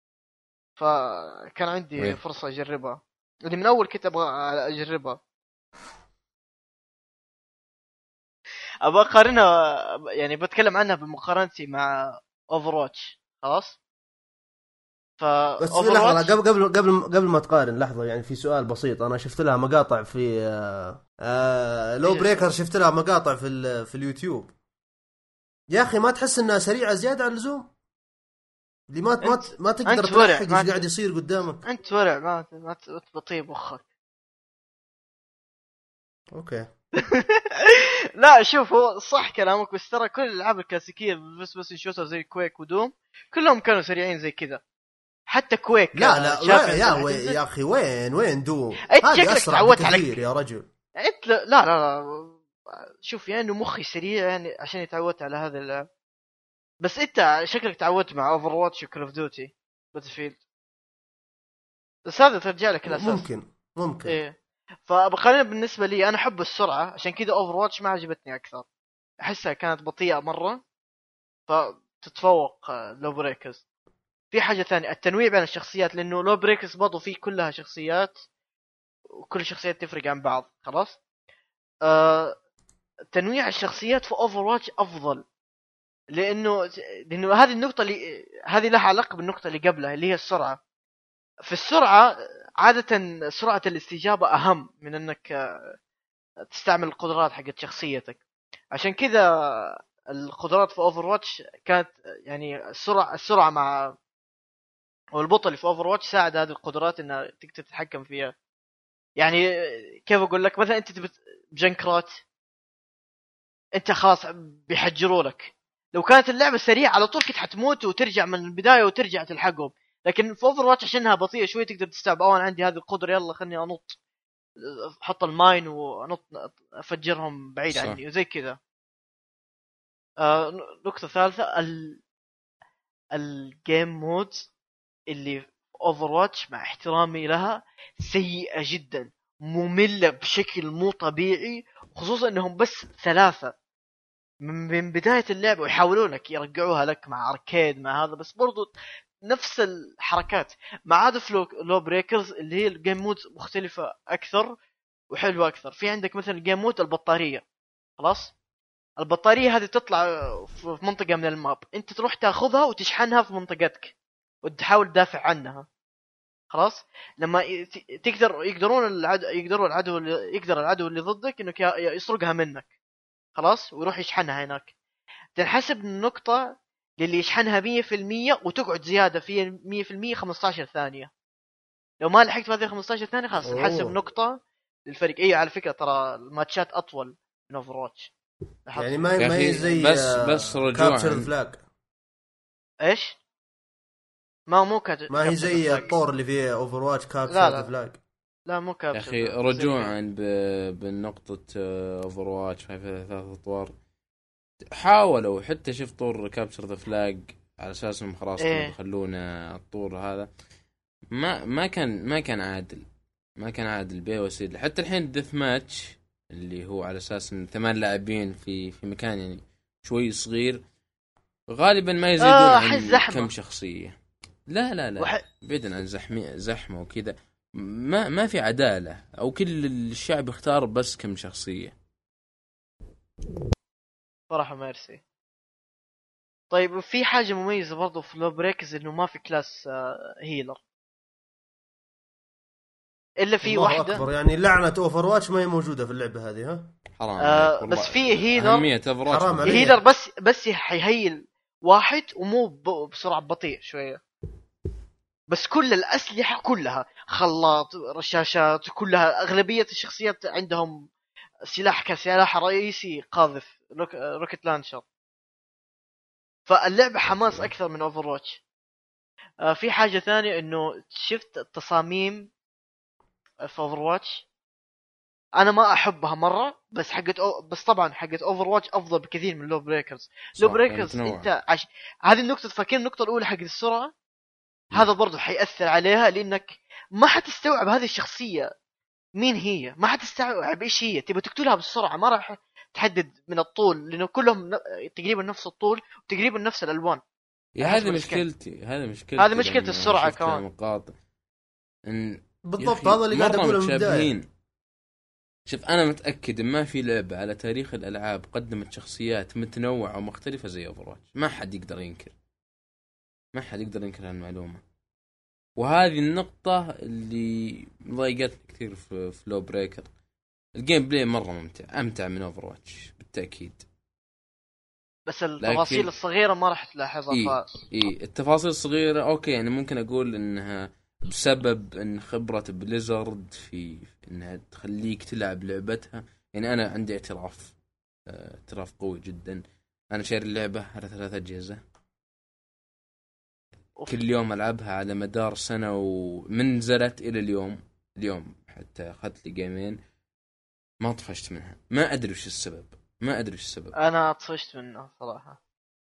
فكان عندي فرصة اجربها، اللي من اول كنت ابغى اجربها. ابغى اقارنها، يعني بتكلم عنها بمقارنتي مع اوفرواتش خلاص.
بس لحظة قبل ما تقارن لحظة، يعني في سؤال بسيط. أنا شفت لها مقاطع في لو بريكر، شفت لها مقاطع في اليوتيوب. يا أخي ما تحس إنها سريعة زيادة عن اللزوم؟ اللي ما تقدر تلحق إيش قاعد يصير قدامك.
أنت ورع، ما تبطيء مخك.
أوكي.
لا شوف، هو صح كلامك، بس ترى كل الألعاب الكلاسيكية بس شوتر زي كويك ودوم كلهم كانوا سريعين زي كذا. حتى كويك
لا يا أخي وين دوم؟
هذه أسرع بكثير
يا رجل.
انت لا شوف، يعني مخي سريع يعني عشان يتعودت على هذا اللعب. بس انت شكلك تعودت مع اوفر واتش وكول اوف ديوتي باتلفيلد، بس هذا ترجع لك الاساس.
ممكن
ايه. فبقارن بالنسبه لي انا احب السرعه، عشان كذا اوفر واتش ما عجبتني اكثر، احسها كانت بطيئه مره، فتتفوق لو بريكرز. في حاجه ثانيه، التنويع بين الشخصيات، لانه لو بريكرز برضو في كلها شخصيات وكل الشخصيات تفرق عن بعض. خلاص. تنويع الشخصيات في اوفر واتش افضل، لانه هذه النقطه اللي هذه لها علاقه بالنقطه اللي قبلها اللي هي السرعه. في السرعه عاده سرعه الاستجابه اهم من انك تستعمل القدرات حقت شخصيتك. عشان كذا القدرات في اوفر واتش كانت يعني السرعه مع والبطل في اوفر واتش ساعد هذه القدرات انها تقدر تتحكم فيها. يعني كيف اقول لك، مثلا انت بجنكرات انت خلاص بيحجروا لك، لو كانت اللعبه سريعه على طول كنت حتموت وترجع من البدايه وترجع تلحقهم. لكن في اوفر واتش عشانها بطيئه شوي تقدر تستوعب، انا عندي هذه القدره، يلا خلني انط، احط الماين وانط افجرهم بعيد
صح.
عني وزي كذا. نقطه ثالثه، الجيم مود اللي في اوفر واتش مع احترامي لها سيئه جدا، ممله بشكل مو طبيعي، خصوصا انهم بس 3 من بداية اللعبة، ويحاولونك يرجعوها لك مع أركيد مع هذا، بس برضو نفس الحركات. ما عاد في لو بريكرز اللي هي الجيم مود مختلفة أكثر وحلوة أكثر. في عندك مثلا الجيم مود البطارية. خلاص، البطارية هذه تطلع في منطقة من الماب، أنت تروح تأخذها وتشحنها في منطقتك وتحاول تدافع عنها. خلاص، لما يقدر العدو اللي ضدك انك يسرقها منك، خلاص، ويروح يشحنها هناك. تنحسب النقطة للي يشحنها 100% وتقعد زيادة في 100% 15 ثانية. لو ما لحقت في هذه 15 ثانية خلاص تنحسب نقطة للفريق. ايه على فكرة ترى الماتشات أطول من اوفر واتش.
يعني ما هي زي
بس
كابتشر فلاج.
ايش؟ ما
هي زي الطور اللي فيه اوفر واتش كابتشر فلاج.
لا مو كابتشر.
يا اخي رجوعا بالنقطة اوفر واتش في 3 اطوار، حاولوا حتى شفت طور كابتشر ذا فلاج على اساس انهم خلاص يخلونا الطور هذا، ما كان عادل، ما كان عادل بيه وسيله. حتى الحين الدث ماتش اللي هو على اساس ان 8 لاعبين في مكان يعني شوي صغير، غالبا ما يزيدون عن كم شخصيه. لا بعيدا عن زحمه وكذا، ما في عداله، او كل الشعب يختار بس كم شخصيه.
صراحة ميرسي. طيب في حاجة مميزة برضو في لو بريكز، انه ما في كلاس هيلر الا في واحدة
أكبر. يعني لعنة اوفر واتش ما هي موجودة في اللعبة هذه. ها
حرام
بس في هيلر بس حيهيل واحد ومو بسرعة بطيء شوية، بس كل الأسلحة كلها خلاط رشاشات كلها، أغلبية الشخصيات عندهم سلاح كسلاح رئيسي قاذف روكت لانشر. فاللعبة حماس أكثر من اوفر واتش. في حاجة ثانية، إنه شفت التصاميم في اوفر واتش أنا ما أحبها مرة، بس بس طبعا حقت اوفر واتش أفضل بكثير من لو بريكرز. لو بريكرز أنت هذه النقطة، فاكرين النقطة الأولى حقت السرعة؟ هذا برضو حيأثر عليها، لأنك ما حتستوعب هذه الشخصية مين هي، ما حتستوعب إيش هي، تبى تقتلها بالسرعة، ما راح تحدد من الطول، لأنه كلهم تقريبا نفس الطول وتقريبا نفس الألوان.
هذه
مشكلة السرعة كمان.
بالضبط هذا اللي قاعد أقوله من البداية.
شوف أنا متأكد ما في لعبة على تاريخ الألعاب قدمت شخصيات متنوعة ومختلفة زي أوفرواتش. ما حد يقدر ينكر هالمعلومة. وهذه النقطة اللي ضايقتني كثير في فلو بريكر. الجيم بلاي مرة أمتع من اوفر واتش بالتأكيد،
بس التفاصيل الصغيرة ما راح تلاحظها.
التفاصيل الصغيرة أوكي، يعني ممكن أقول إنها بسبب إن خبرة بليزرد في إنها تخليك تلعب لعبتها. يعني أنا عندي اعتراف قوي جدا. أنا شاري اللعبة على 3 أجهزة، كل يوم ألعبها على مدار سنة، ومن نزلت إلى اليوم حتى أخذت لي جيمين ما طفشت منها. ما أدري وش السبب.
أنا طفشت منها صراحة.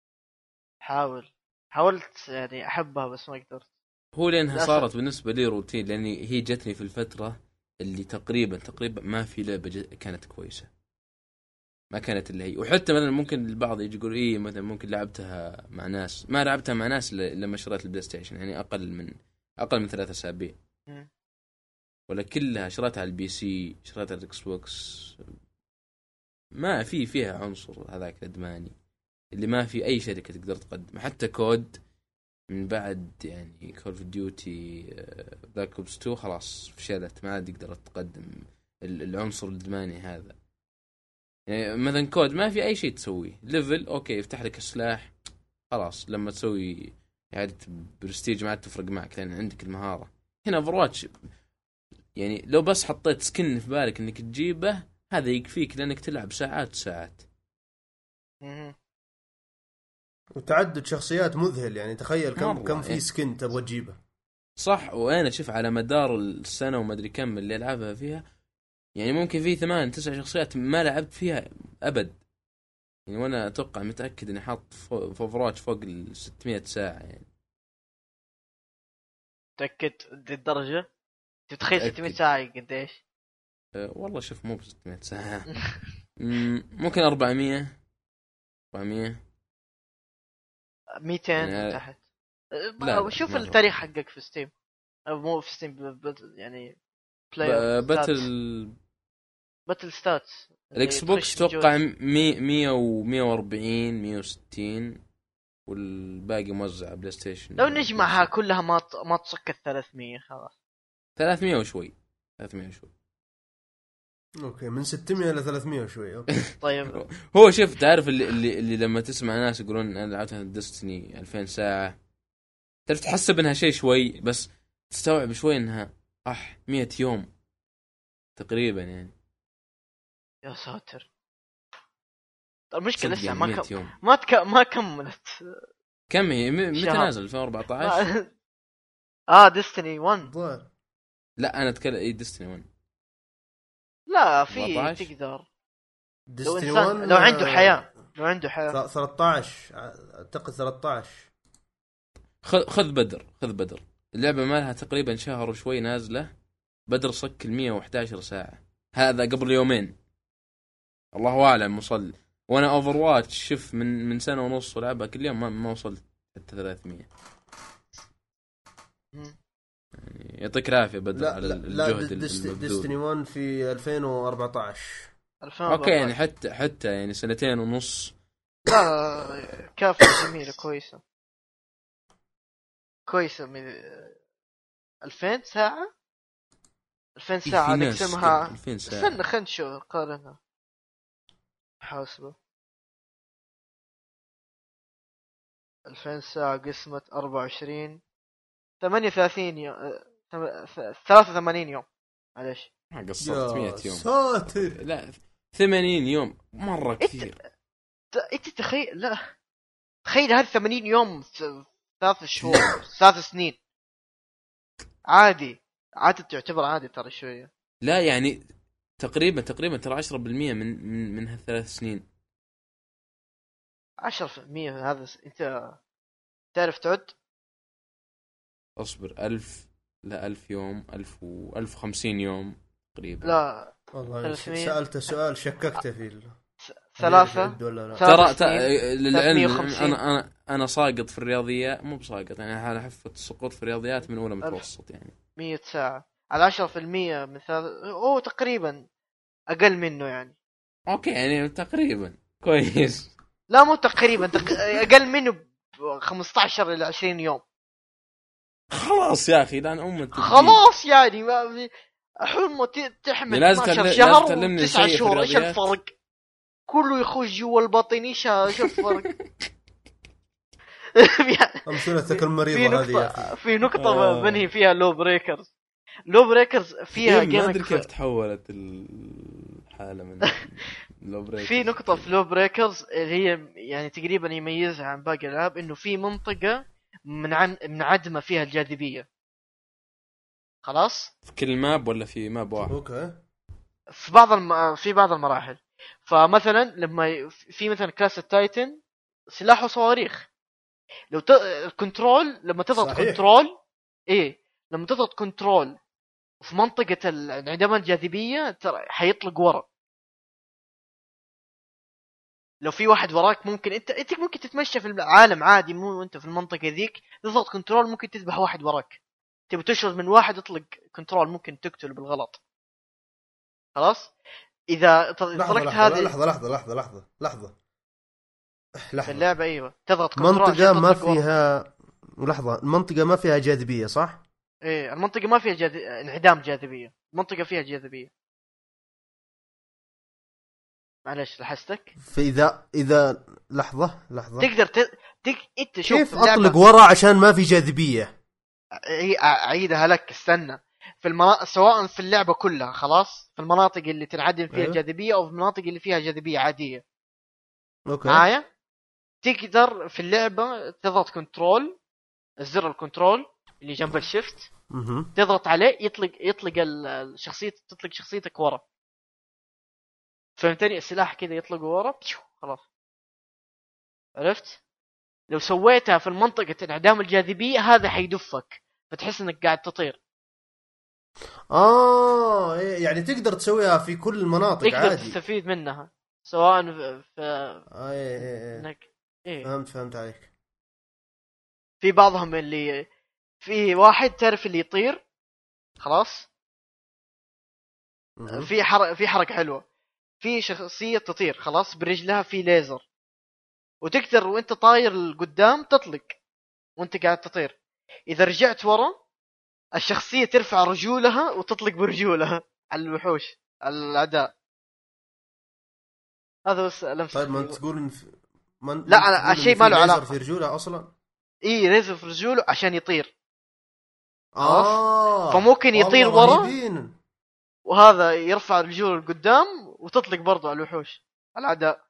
حاولت يعني أحبها بس ما قدرت.
هو لأنها صارت بالنسبة لي روتين، لأني هي جتني في الفترة اللي تقريبا ما في لعبة كانت كويسة، ما كانت اللي هي. وحتى مثلا ممكن البعض يجي يقول إيه مثلا ممكن لعبتها مع ناس، ما لعبتها مع ناس لما شريت البلاي ستيشن، يعني أقل من 3 أسابيع، ولا كلها شريتها على البي سي، شريتها على الإكس بوكس. ما فيها عنصر هذاك الإدماني اللي ما في أي شركة تقدر تقدم. حتى كود من بعد يعني كول اوف ديوتي بلاك اوبس 2 خلاص فشلت، ما عاد تقدر تقدم العنصر الادماني هذا. يعني مثلا كود ما في اي شيء تسويه، ليفل اوكي يفتح لك السلاح خلاص، لما تسوي اعاده برستيج ما عاد تفرق معك لان عندك المهاره. هنا اوفرواتش يعني لو بس حطيت سكن في بالك انك تجيبه هذا يكفيك لانك تلعب ساعات.
وتعدد شخصيات مذهل، يعني تخيل كم في
يعني
سكن تبغى تجيبه.
صح. وانا شوف على مدار السنه وما ادري كم اللي العبها فيها، يعني ممكن في 8-9 شخصيات ما لعبت فيها ابد. يعني وانا اتوقع متاكد اني حاط في اوفرواتش فوق 600 ساعه يعني.
تأكد للدرجة؟ تتخيل 600 ساعة قديش؟
والله شوف مو ب 600 ساعه. ممكن 400
200
يعني
تحت.
لا
شوف التاريخ حقك في ستيم، مو في ستيم يعني بلاير باتل ستاتس.
الاكس بوكس توقع 100 و140 160 والباقي موزع بلاي ستيشن.
لو نجمعها كلها ما تصك 300 خلاص.
300 وشوي.
اوكي من 600 الى 300 وشوي. اوكي.
طيب
هو شوف تعرف اللي لما تسمع ناس يقولون انا لعبت ديستني 2000 ساعه، تعرف تحسب انها شيء شوي، بس تستوعب شوي انها 100 يوم تقريبا يعني.
يا ساتر. المشكلة لسه
ما
كملت.
كم هي متى نازل 2014؟
ديستني 1.
لا انا اتكلم ديستني 1.
لا في تقدر
ديستني 1
لو عنده حياة
13 اعتقد 13.
خذ بدر اللعبة ما لها تقريبا شهر وشوي نازلة، بدر صك 111 ساعة، هذا قبل يومين الله اعلم وصل. وانا اوفر واتش شوف من سنة ونص ولعبها كل يوم ما وصلت حتى 300. يعني يعطيك العافية بدر على الجهد المبذول.
ديستني 1 في 2014.
اوكي يعني حتى يعني 2 ونص.
لا كافة جميلة كويسة من 2000 ساعة 2000 ساعة نقسمها
2000 ساعة.
استنى خلنا نشوف قارنها حاسبة. 2000 ساعة قسمة 24 38 يوم 83 يوم. معلش
قصرت 100 يوم.
ساتر.
لا 80 يوم مرة كثير.
انت تخيل هذه 80 يوم 3 شهور 3 سنين عادي تعتبر عادي ترى شوية.
لا يعني تقريبا ترى 10% من هالثلاث سنين.
10% هذا انت تعرف تعد.
اصبر 1000 يوم 1050 يوم تقريبا.
لا
والله سألت سؤال شككت فيه.
3
ترى للعلم انا ساقط في الرياضيات، مو بساقط يعني على حفة السقوط في الرياضيات من اولى متوسط يعني
100 ساعة على 10% من تقريبا اقل منه يعني.
اوكي يعني تقريبا كويس.
لا مو تقريبا اقل منه 15 الى 20 يوم.
خلاص يا اخي لان امك
خلاص يعني ما حمى تحمل
لازم
12 شهر
تكلمني
و9
شيء في
شهور، ايش
الرياضيات.
الفرق؟ كله يخش جوا البطن، ايش الفرق؟
امثلتك
في
المريضه هذه يا اخي.
في نقطة بنهي فيها لو بريكرز. لو بريكرز فيها
ما ادري
جيمك
كيف تحولت الحاله من لو بريك.
في نقطة في لو بريكرز اللي هي يعني تقريبا يميزها عن باقي الالعاب، انه في منطقة منعدمة فيها الجاذبية. خلاص
في كل ماب ولا في ماب واحد؟
اوكي.
في بعض المراحل. فمثلا لما في مثلا كلاس التايتن سلاحه صواريخ، لو الكنترول لما تضغط
صحيح.
كنترول، ايه لما تضغط كنترول في منطقة انعدام الجاذبية ترى حيطلق ورا. لو في واحد وراك ممكن انت ممكن تتمشى في العالم عادي، مو انت في المنطقة ذيك تضغط كنترول ممكن تذبح واحد وراك. تبي تشرد من واحد اطلق كنترول ممكن تقتله بالغلط. خلاص اذا طلقت هذه
لحظة
في اللعبة، ايوه تضغط كنترول
منطقة ما
تطلق ورا.
فيها لحظة، المنطقة ما فيها جاذبية صح؟
ايه المنطقة ما فيها انعدام جاذبية، المنطقة فيها جاذبية. معلش لحستك.
فإذا لحظة
تقدر انت شوف
كيف
اللعبة...
أطلق ورا عشان ما في جاذبية؟
اعيدها لك، استنى. سواء في اللعبة كلها خلاص، في المناطق اللي تنعدم فيها الجاذبية او في المناطق اللي فيها جاذبية عادية.
اوكي
معايا؟ تقدر في اللعبة تضغط كنترول، الزر الكنترول اللي جنب الشيفت، تضغط عليه يطلق الشخصية، تطلق شخصيتك ورا. فهمتني؟ السلاح كذا يطلق ورا خلاص. عرفت؟ لو سويتها في المنطقة انعدام الجاذبية هذا حيدفك فتحس انك قاعد تطير.
يعني تقدر تسويها في كل المناطق
تقدر
عادي،
تستفيد منها سواء في
انك فهمت عليك.
في بعضهم اللي في واحد تعرف اللي يطير خلاص. في حركة حلوة، في شخصية تطير خلاص برجلها في ليزر، وتقدر وانت طاير لقدام تطلق وانت قاعد تطير. اذا رجعت ورا الشخصية ترفع رجولها وتطلق برجولها على الوحوش، على الاعداء. هذا بس لمسة.
طيب ما انت تقول ان
لا انا الشيء ما له علاقة
في رجوله اصلا.
اي ليزر في رجوله عشان يطير. فممكن يطير ورا
رهيبين.
وهذا يرفع رجوله لقدام وتطلق برضو على الوحوش الاعداء.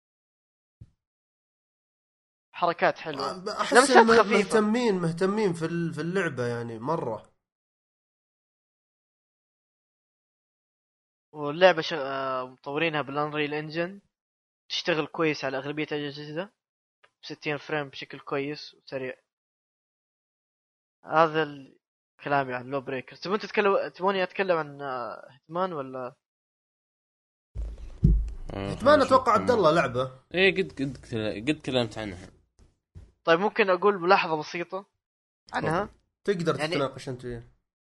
حركات حلوة،
احس مهتمين في اللعبة يعني مرة.
واللعبة مطورينها بالانريل انجن، تشتغل كويس على اغلبية الاجهزة، 60 فريم بشكل كويس وسريع. هذا الكلام عن لو بريكر. تبوني اتكلم عن هتمان ولا
هتمان؟ اتوقع عبد الله لعبة
ايه قد كلمت عنها.
طيب ممكن اقول ملاحظة بسيطة عنها؟
تقدر يعني تتناقش انت وياه.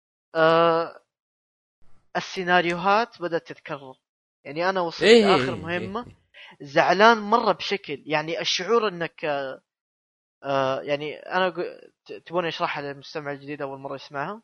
السيناريوهات بدأت تتكرر. يعني انا وصلت لاخر مهمة زعلان مرة بشكل، يعني الشعور انك يعني انا تبوني اشرحها للمستمع الجديد اول مرة يسمعها؟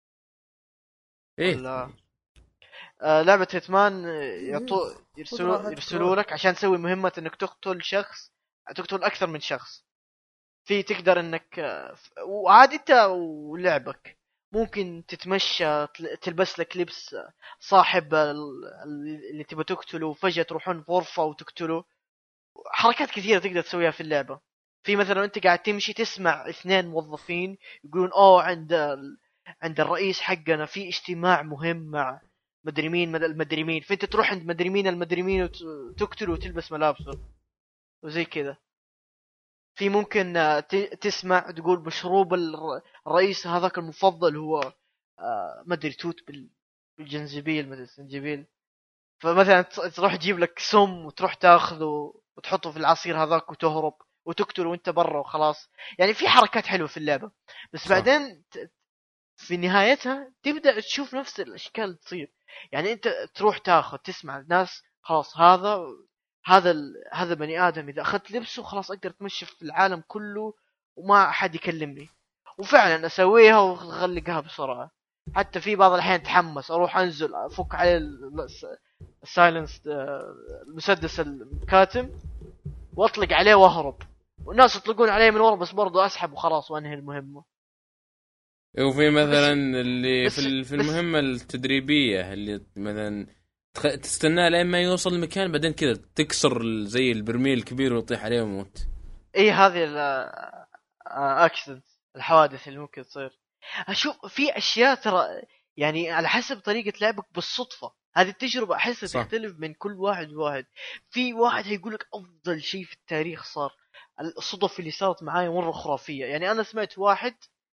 ايه
لعبة هيتمان يرسلوا لك عشان تسوي مهمة انك تقتل شخص، تقتل اكثر من شخص. في تقدر انك وعادي انت ولعبك ممكن تتمشى تلبس لك لبس صاحب اللي تبى تقتله وفجأة تروحون غرفة وتقتله. حركات كثيرة تقدر تسويها في اللعبة. في مثلا انت قاعد تمشي تسمع 2 موظفين يقولون عند الرئيس حقنا في اجتماع مهم مع مدري مين، فانت تروح عند مدري مين وتقتله وتلبس ملابسه وزي كذا. في ممكن تسمع تقول مشروب الرئيس هذاك المفضل هو مدري توت بالجنزبيل، مدري الزنجبيل. فمثلا تروح تجيب لك سم وتروح تاخذه وتحطه في العصير هذاك وتهرب وتقتله وانت برا وخلاص. يعني في حركات حلوة في اللعبة، بس صح. بعدين في نهايتها تبدأ تشوف نفس الاشكال تصير. يعني انت تروح تاخذ تسمع الناس خلاص هذا بني ادم اذا اخذت لبسه خلاص اقدر اتمشى في العالم كله وما احد يكلمني. وفعلا اسويها واغلقها بسرعه. حتى في بعض الاحيان اتحمس اروح انزل افك عليه السايلنس، المسدس الكاتم، واطلق عليه واهرب، والناس يطلقون عليه من ورا بس برضو اسحب وخلاص وانهي المهمه.
وفي مثلا
بس
اللي
بس
في
بس
المهمة التدريبية اللي مثلا تستناه لين ما يوصل المكان، بعدين كذا تكسر زي البرميل الكبير ويطيح عليه ويموت.
اي هذه الاكسنت، الحوادث اللي ممكن تصير. اشوف في اشياء ترى يعني على حسب طريقه لعبك بالصدفه. هذه التجربه احسها
صح.
تختلف من كل واحد وواحد. في واحد هيقول لك افضل شيء في التاريخ صار. الصدف اللي صارت معايا مره خرافيه. يعني انا سمعت واحد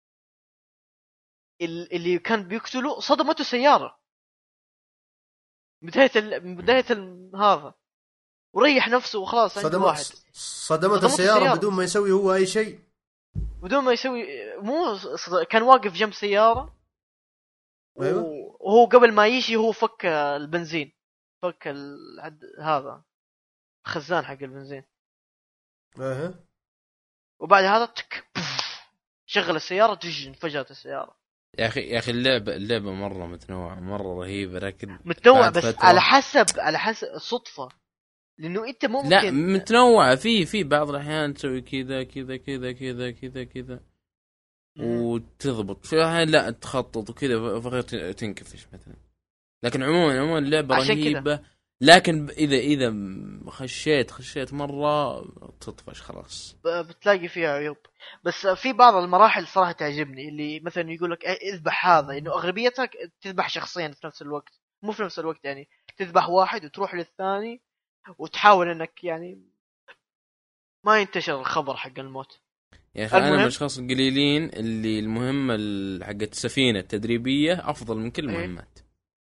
اللي كان بيقتله صدمته سياره بدايه هذا، وريح نفسه وخلاص عنده واحد.
صدمته
صدمته
السيارة
سياره
بدون ما يسوي هو أي شيء.
بدون ما يسوي. مو كان واقف جنب سياره،
أيوة.
وهو قبل ما يجي هو فك البنزين، فك هذا الخزان حق البنزين،
أه.
وبعد هذا تك شغل السيارة انفجرت السيارة.
يا اخي اللعبة مرة متنوعة، مرة رهيبة، لكن
متنوع
بعد
بس على
فترة.
حسب الصدفة، لأنه أنت
لا،
ممكن.
متنوعة في بعض الأحيان تسوي كذا كذا كذا كذا كذا كذا وتضبط، في الأحيان لا تخطط وكذا فغير تنكفش مثلا. لكن عموما اللعبة
عشان كذا
رهيبة. لكن إذا خشيت مرة تطفش خلاص.
بتلاقي فيها عيوب. بس في بعض المراحل صراحة تعجبني، اللي مثلا يقول لك اذبح هذا، إنه أغلبيتها تذبح شخصين في نفس الوقت، مو في نفس الوقت يعني، تذبح واحد وتروح للثاني وتحاول إنك يعني ما ينتشر الخبر حق الموت.
يا أخي أنا من
المهم
الأشخاص القليلين اللي المهمة حقت السفينة التدريبية أفضل من كل
إيه؟
المهمات.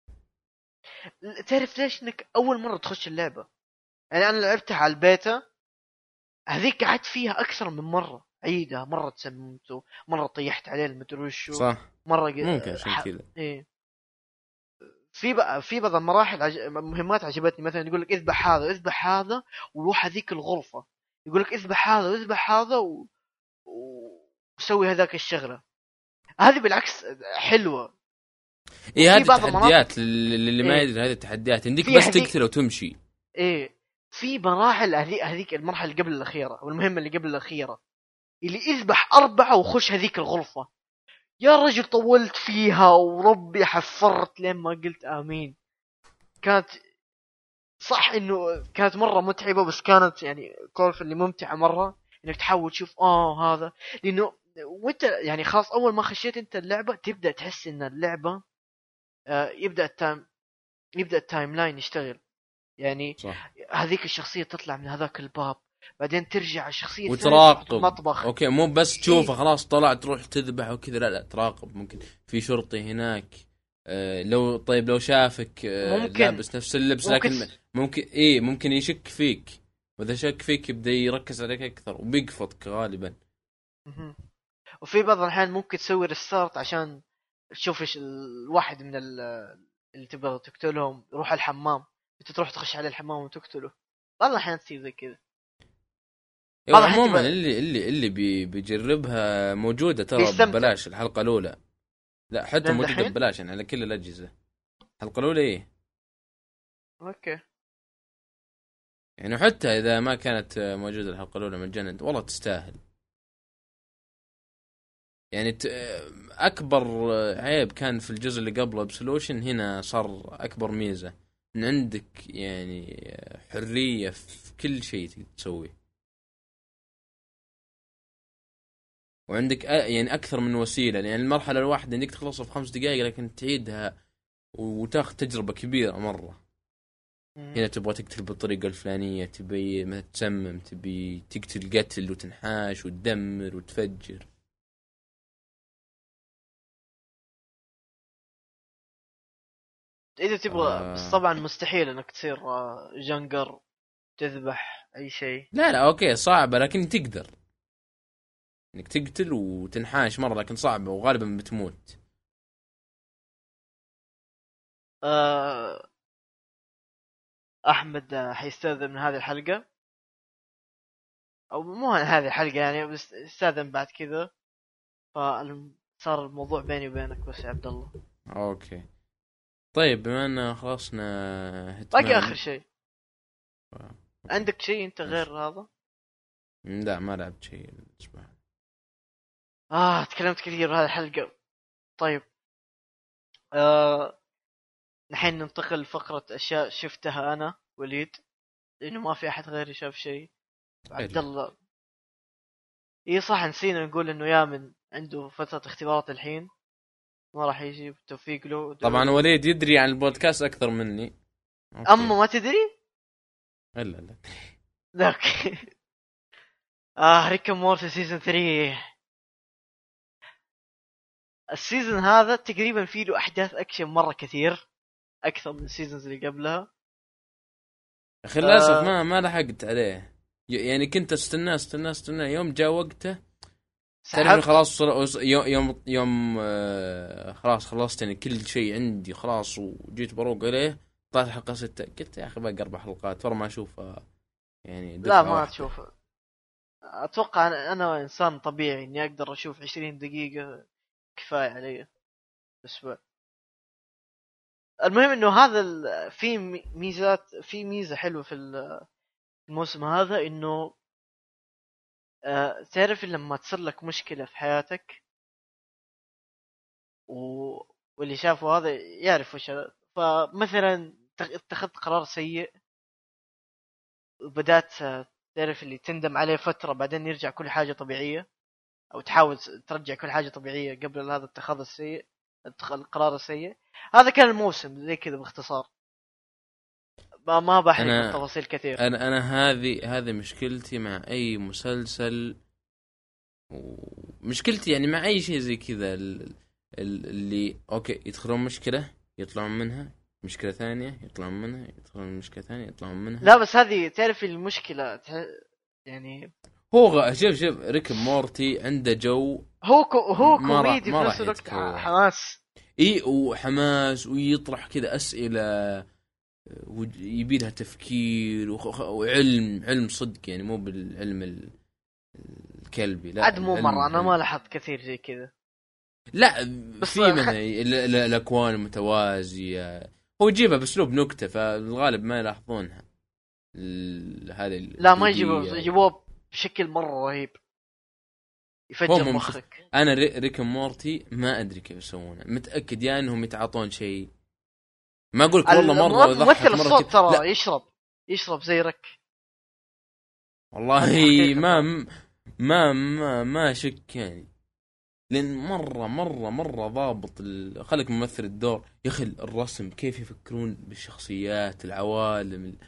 تعرف ليش؟ انك اول مرة تخش اللعبة. يعني انا لعبتها على البيتا، هذيك قعدت فيها اكثر من مرة عيدها، مرة تسممته، مرة طيحت عليه المدري وشو،
صح،
مرة
ممكن عشان كذا.
ايه. في بعض المراحل مهمات عجبتني، مثلا يقول لك اذبح هذا اذبح هذا وروح هذيك الغرفة، يقول لك اذبح هذا واذبح هذا وسوي هذاك الشغلة. هذه بالعكس حلوة.
إيه،
وفي
هذه
بعض المناطق
التحديات اللي ما
ايه،
يدري، هذه التحديات عندك
في
بس
هذيك
تقتله وتمشي.
ايه، في مراحل هذيك المرحله اللي قبل الاخيره والمهمه اللي قبل الاخيره، اللي اذبح 4 وخش هذيك الغرفه. يا رجل طولت فيها وربي حفرت لين ما قلت امين. كانت صح انه كانت مره متعبه، بس كانت يعني كورف اللي ممتعه مره، انك تحاول تشوف هذا. لانه وانت يعني خلاص اول ما خشيت انت اللعبه تبدا تحس ان اللعبه يبدا التايم لاين يشتغل. يعني
صح.
هذيك الشخصية تطلع من هذاك الباب، بعدين ترجع الشخصية الثانية تروح
وتراقب.
المطبخ.
اوكي، مو بس تشوفه
إيه؟
خلاص طلع تروح تذبح وكذا، لا تراقب. ممكن في شرطي هناك، لو شافك
ممكن
لابس نفس اللبس،
ممكن
لكن ممكن يشك فيك، واذا شك فيك يبدا يركز عليك اكثر وبيقفطك غالبا.
مهم. وفي بعض الأحيان ممكن تسوي ريستارت عشان تشوف ايش الواحد من اللي تبغى تقتلهم يروح الحمام، انت تروح تخش عليه الحمام وتقتله. بعض الأحيان تصير زي كذا. بعض الأحيان
عموما
تبغى
اللي بيجربها موجوده ترى
بيستمتع.
ببلاش الحلقه الاولى. لا، حتى
لين
موجوده
دحين
ببلاش يعني على كل الاجهزه. الحلقه الاولى ايه
اوكي.
يعني، حتى اذا ما كانت موجوده الحلقه الاولى مجانا والله تستاهل. يعني اكبر عيب كان في الجزء اللي قبله بسولوشن، هنا صار اكبر ميزه ان عندك يعني حريه في كل شيء تسويه، وعندك يعني اكثر من وسيله. يعني المرحله الواحده عندك تخلصها في 5 دقائق، لكن تعيدها وتاخذ تجربه كبيره مره. هنا تبغى تقتل بالطريقه الفلانيه، تبي ما تسمم، تبي تقتل قتل وتنحاش وتدمر وتفجر.
إذا تبغى، بس طبعا مستحيل إنك تصير جنجر تذبح أي شيء.
لا اوكي صعبه، لكن تقدر انك تقتل وتنحاش مره، لكن صعبه وغالبا بتموت.
آه، احمد حيستاذن من هذه الحلقه، او مو هذه الحلقه يعني، بس استاذن بعد كذا. فصار الموضوع بيني وبينك بس يا عبد الله.
اوكي طيب بما ان خلصنا
باقي اخر شيء عندك شيء انت غير هذا؟
لا ما لعبت شيء الاسبوع.
تكلمت كثير هذه الحلقة. طيب نحين ننتقل لفقرة اشياء شفتها انا وليد، لانه ما في احد غيري شاف شيء. عبد الله اي صح، نسينا نقول انه يامن عنده فترة اختبارات الحين، ما راح يجي، بالتوفيق له.
طبعا وليد يدري عن البودكاست اكثر مني.
اما ما تدري؟
لا
ذاك ريك مورتي سيزون 3. السيزون هذا تقريبا فيه له احداث اكشن مره كثير، اكثر من السيزونز اللي قبلها.
اخي للاسف ما لحقت عليه، يعني كنت استنى يوم جاء وقته تعرف خلاص يوم خلاص خلصت يعني كل شيء عندي خلاص، وجيت بروق عليه طلعت حلقة 6 قلت يا اخي باقي 4 حلقات ترى ما اشوفها يعني.
لا ما تشوف، اتوقع انا انسان طبيعي اني اقدر اشوف 20 دقيقة كفاية علي اسبوع. المهم انه هذا في ميزات، في ميزة حلوة في الموسم هذا، انه تعرف لما تصير لك مشكلة في حياتك واللي شافوا هذا يعرف وش، فمثلا اتخذت قرار سيء وبدأت تعرف اللي تندم عليه فترة، بعدين يرجع كل حاجة طبيعية، او تحاول ترجع كل حاجة طبيعية قبل هذا اتخاذ السيء، القرار السيء. هذا كان الموسم زي كذا باختصار، ما بحرق بالتفاصيل كثير.
انا هذه مشكلتي مع اي مسلسل، ومشكلتي يعني مع اي شيء زي كذا اللي اوكي يدخلون مشكلة يطلعون منها، مشكلة ثانية يطلعون منها، يدخلون مشكلة ثانية يطلعون منها.
لا بس هذه تعرف المشكلة يعني
هو شوف ريك مورتي عنده جو،
هو كوميدي في نفس الوقت حماس.
اي وحماس ويطرح كذا اسئله ويبي لها تفكير وعلم صدق، يعني مو بالعلم الكلبي، لا
عاد مو مره انا ما لاحظت كثير زي كذا.
لا في مثلا الاكوان المتوازيه هو يجيبها باسلوب نكته، فالغالب ما يلاحظونها هذه.
لا ما يجيبوه بشكل مره رهيب يفجر مخك.
انا ريك مورتي ما ادري كيف يسوونه، متاكد يا انهم يتعاطون شيء، ما اقولك والله مره
ممثل الصوت ترى يشرب زي رك
والله. ما شك يعني، لان مره ضابط خلك ممثل الدور يا اخي. الرسم كيف يفكرون بالشخصيات، العوالم،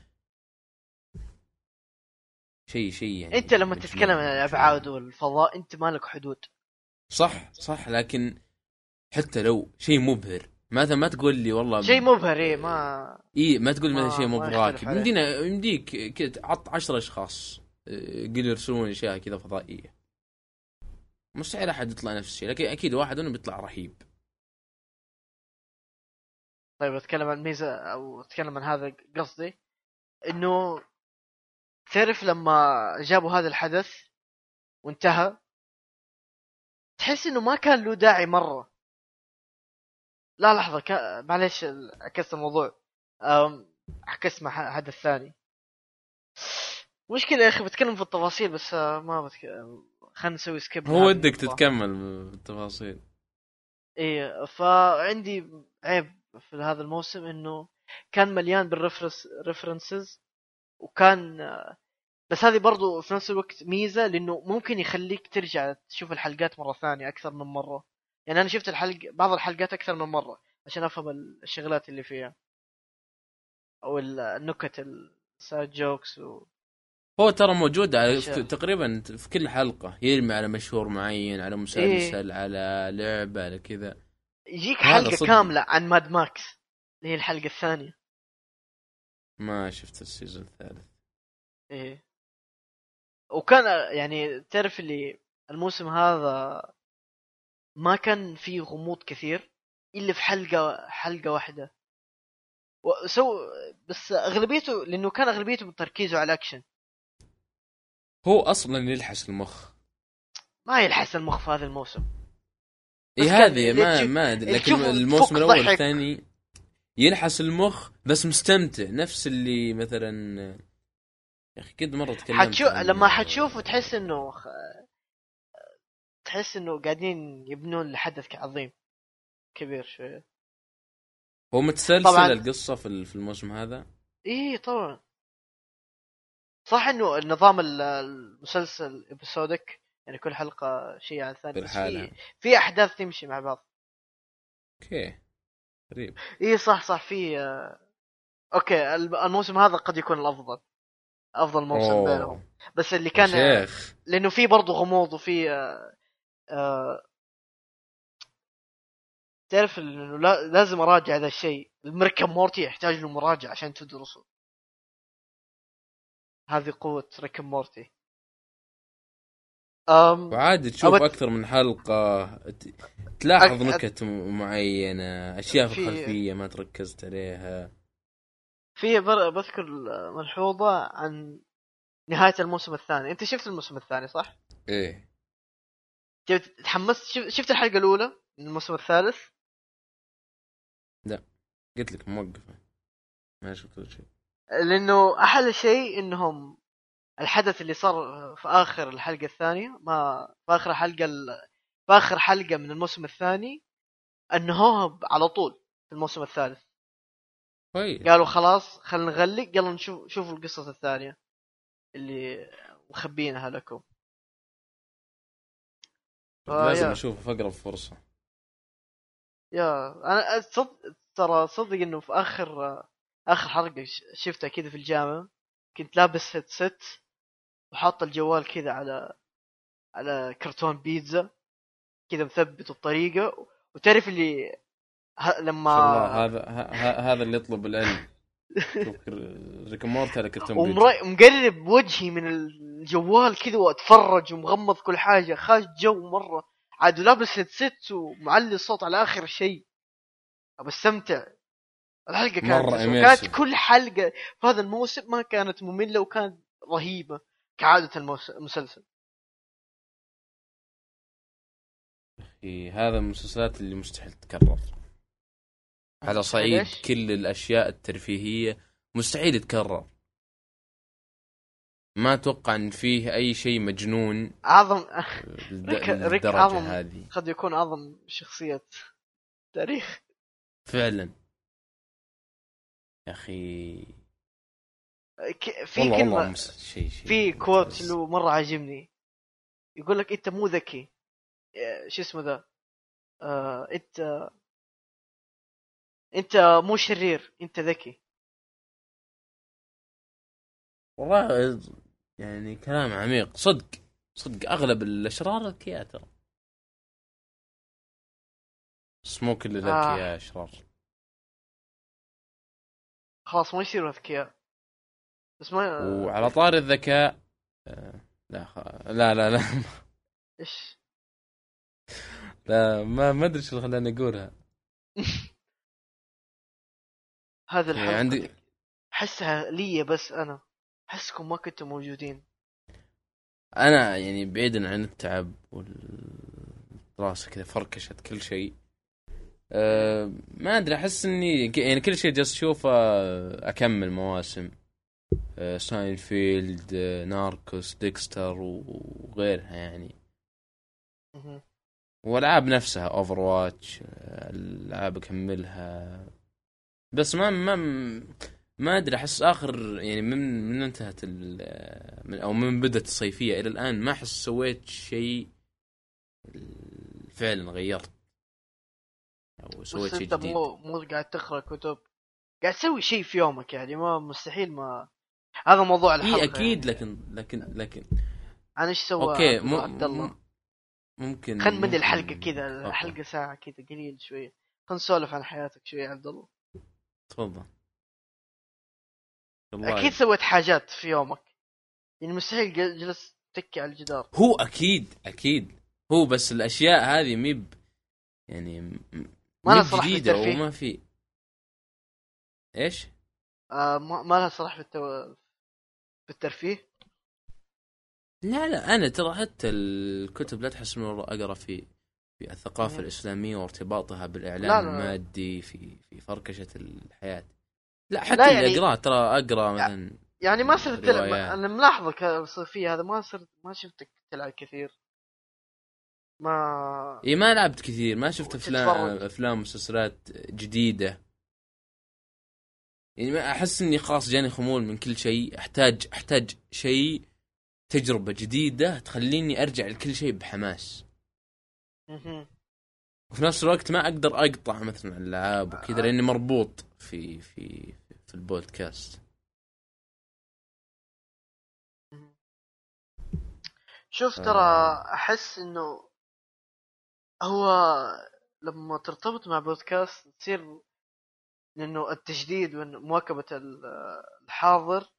شيء يعني.
انت لما تتكلم عن الابعاد والفضاء انت مالك حدود.
صح لكن حتى لو شيء مبهر ما تقول لي والله
شيء مبهر.
ما تقول مثلا شيء مو براكب. يمديك كذا 10 اشخاص قدروا يرسلون اشياء كذا فضائيه، مستحيل احد يطلع نفس الشيء، لكن اكيد واحد منهم بيطلع رهيب.
طيب اتكلم عن ميزه او اتكلم عن هذا، قصدي انه تعرف لما جابوا هذا الحدث وانتهى تحس انه ما كان له داعي مره. لا لحظه معليش عكست الموضوع، عكست مع حدث ثاني. مشكلة يا اخي بتكلم في التفاصيل بس ما خلينا نسوي سكيب.
هو ودك تتكمل بالتفاصيل.
ايه فعندي عيب في هذا الموسم انه كان مليان بالريفرنسز، وكان بس هذه برضو في نفس الوقت ميزة، لانه ممكن يخليك ترجع تشوف الحلقات مرة ثانية اكثر من مرة. يعني انا شفت بعض الحلقات اكثر من مرة عشان افهم الشغلات اللي فيها او النكت السايد جوكس
هو ترى موجود تقريبا في كل حلقة، يرمي على مشهور معين، على مسلسل، على لعبة، على كذا.
يجيك حلقة كاملة عن ماد ماكس اللي هي الحلقة الثانية.
ما شفت السيزون الثالث.
ايه وكان يعني تعرف اللي الموسم هذا ما كان فيه غموض كثير إلا في حلقة واحدة بس أغلبيته، لأنه كان أغلبيته بتركيزه على الأكشن.
هو أصلا يلحس المخ.
ما يلحس المخ في هذا الموسم.
إيه هذه ما لكن الموسم الأول الثاني يلحس المخ بس مستمتع نفس اللي مثلا يا أخي كده مرة تكلمت
لما حتشوف تحس إنه قاعدين يبنون لحدث عظيم كبير شوية.
هو متسلسل طبعاً القصة في الموسم هذا.
إيه طبعا صح إنه النظام المسلسل إبسودك يعني كل حلقة شيء عن الثاني بس في أحداث تمشي مع بعض.
اوكي غريب.
إيه صح في اوكي الموسم هذا قد يكون افضل موسم بينهم بس اللي كان لانه في برضه غموض وفي تعرف انه لازم اراجع هذا الشيء. المركب مورتي يحتاج له مراجعه عشان تدرسه. هذه قوه ريك مورتي.
وعادي تشوف اكثر من حلقه تلاحظ نكت معينه اشياء في الخلفيه ما تركزت عليها.
في بذكر ملحوظه عن نهايه الموسم الثاني. انت شفت الموسم الثاني صح؟
ايه
تحمست. شفت الحلقه الاولى من الموسم الثالث؟
لا قلت لك موقفه ما شفت شيء.
لانه احلى شيء انهم الحدث اللي صار في اخر الحلقه الثانيه ما في اخر حلقه من الموسم الثاني انه على طول في الموسم الثالث. قالوا خلاص خلينا نغلق يلا نشوف القصه الثانيه اللي مخبينها لكم.
لازم اشوف في اقرب فرصه.
يا انا ترى صدق انه في اخر حلقه شفتها كذا في الجامعه كنت لابس هيدسيت وحاط الجوال كذا على كرتون بيتزا كذا مثبت الطريقه وتعرف اللي لما
هذا اللي يطلب العلم. ريكمورت على كرتون
ومقرب وجهي من الجوال كذا واتفرج ومغمض كل حاجه خاش جو مره عاد لابس هيدسيت ومعلي الصوت على اخر شيء بستمتع. الحلقه كانت كل حلقه في هذا الموسم ما كانت ممله وكانت رهيبه كعاده المسلسل.
هذا المسلسلات اللي مستحيل تتكرر على صعيد كل الأشياء الترفيهية مستحيل يتكرر. ما أتوقع أن فيه أي شيء مجنون
أعظم
ريك أعظم هذه.
قد يكون أعظم شخصية تاريخ
فعلا يا أخي.
في كلمة في كوت له مرة عجبني يقول لك أنت مو ذكي شو اسمه ذا انت مو شرير انت ذكي.
والله يعني كلام عميق صدق اغلب الاشرار ذكياء ترى مو كل الذكياء اشرار.
خلاص ما يصيروا ذكياء بس ما
وعلى طار الذكاء لا
ايش
لا ما ادري شو خلاني اقولها.
هذا الحلقة عندي حسها لي بس أنا حسكم ما كنتوا موجودين.
أنا يعني بعيدا عن التعب والدراسة كذا فركشت كل شيء. ما أدري أحس إني يعني كل شيء جالس أشوفه أكمل مواسم ساينفيلد ناركوس ديكستر وغيرها يعني. والألعاب نفسها أوفر واتش الألعاب أكملها بس ما ادري احس اخر يعني من انتهت او من بدت الصيفيه الى الان ما احس سويت شيء فعلا غيرت او سويت شيء جديد.
مو قاعد تقرا كتب قاعد تسوي شيء في يومك يعني ما مستحيل ما هذا موضوع الحلقه.
اكيد
يعني.
لكن
انا ايش سوى
اوكي
عبد الله
ممكن
خلينا نمد الحلقه كذا الحلقه ساعه كذا قليل شويه خلينا نسولف عن حياتك شويه يا عبد الله.
تفضل.
اكيد سويت حاجات في يومك يعني مستحيل جلس تكي على الجدار.
هو اكيد هو بس الاشياء هذه ميب يعني
ما لها صلاح
جديده
بالترفيه.
وما في ايش
ما لها صلاح بالترفيه.
لا انا ترى حتى الكتب لا تحس انه اقرا فيه في الثقافة الإسلامية وارتباطها بالإعلام
لا.
المادي في فركشة الحياة. لا حتى
لا
اللي
يعني
أقرأ ترى أقرأ مثلا
يعني ما صرت تلعب.
روايات.
انا ملاحظك الصيفية هذا ما شفتك تلعب كثير. ما
إيه ما لعبت كثير، ما شفت
تتفرج.
أفلام مسلسلات جديدة. يعني ما أحس إني خلاص جاني خمول من كل شيء. أحتاج شيء، تجربة جديدة تخليني أرجع لكل شيء بحماس. وفي نفس الوقت ما أقدر أقطع مثلا الألعاب وكذا لأني مربوط في البودكاست.
شوف ترى احس انه هو لما ترتبط مع بودكاست تصير، لانه التجديد ومواكبة الحاضر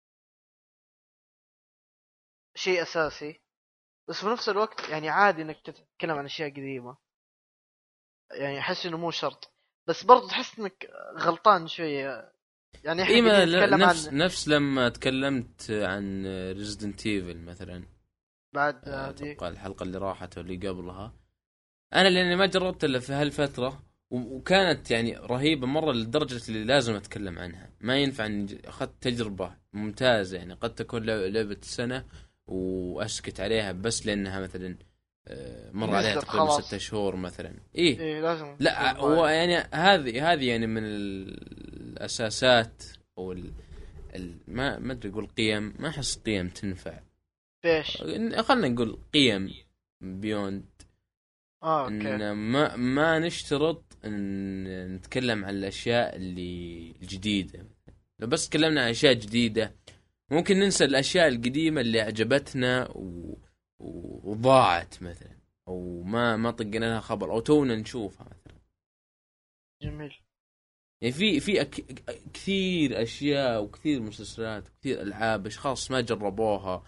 شيء اساسي، بس في نفس الوقت يعني عادي انك تتكلم عن اشياء قديمة. يعني احس انه مو شرط، بس برضو تحس انك غلطان شوية. يعني احنا
إيه
قاعدين نتكلم عن
نفس لما تكلمت عن Resident Evil مثلا
بعد هذه.
أتوقع الحلقة اللي راحت واللي قبلها. أنا لأني ما جربت إلا في هالفترة وكانت يعني رهيبة مرة لدرجة اللي لازم أتكلم عنها. ما ينفع أن أخذت تجربة ممتازة، يعني قد تكون لعبة السنة وأسكت عليها بس لأنها مثلا مر عليها تقريبا 6 شهور مثلا. إيه
لازم
لا هو يعني هذه يعني من الأساسات أو ما أدري أقول قيم، ما أحس قيم تنفع.
فيش
خلنا نقول قيم بيوند.
اوكي.
إن ما نشترط ان نتكلم عن الاشياء اللي الجديده. لو بس تكلمنا عن اشياء جديده ممكن ننسى الاشياء القديمه اللي عجبتنا وضاعت مثلا، او ما طقنا لها خبر او تونا نشوفها مثلا.
جميل.
يعني في كثير اشياء وكثير مسلسلات وكثير العاب اشخاص ما جربوها،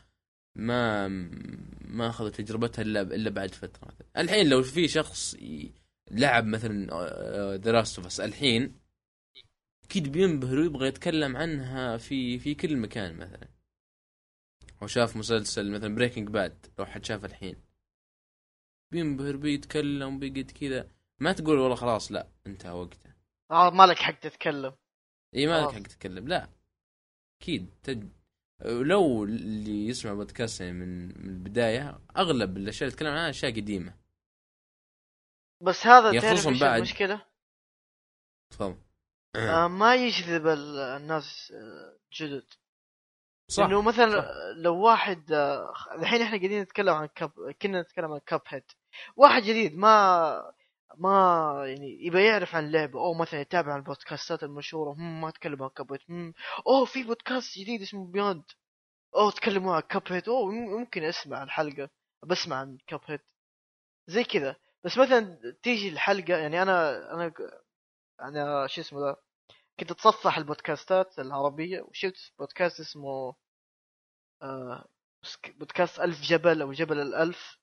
ما اخذ تجربتها الا بعد فتره. الحين لو في شخص لعب مثلا ذا لاست اوف اس الحين اكيد بينبهر ويبغى يتكلم عنها في كل مكان مثلا. او شاف مسلسل مثلا بريكنج باد، لو حد شاف الحين بينبهر بيتكلم بيقعد كذا. ما تقول والله خلاص لا انتهى وقته،
مالك حق تتكلم.
اي مالك حق تتكلم. لا اكيد لو اللي يسمع بودكاست يعني من البداية أغلب الأشياء اللي يتكلم عنها أشياء قديمة.
بس هذا
يعني
تعرف
خصوصا
ايش
بعد
المشكلة؟
تفضل.
ما يجذب الناس جدد.
صح
انه مثلا
صح.
لو واحد الحين احنا قاعدين نتكلم عن كنا نتكلم عن كاب هيد. واحد جديد ما يعني يبغى يعرف عن اللعبة، او مثلا يتابع البودكاستات المشهورة، ما تكلم عن كاب هيد. اوه في بودكاست جديد اسمه بيوند، اوه تكلموا عن كاب هيد، اوه ممكن اسمع الحلقة، بسمع عن كاب هيد زي كذا. بس مثلا تيجي الحلقة، يعني انا شو اسمه ذا، كنت اتصفح البودكاستات العربية وشفت بودكاست اسمه بودكاست 1000 جبل او جبل الألف.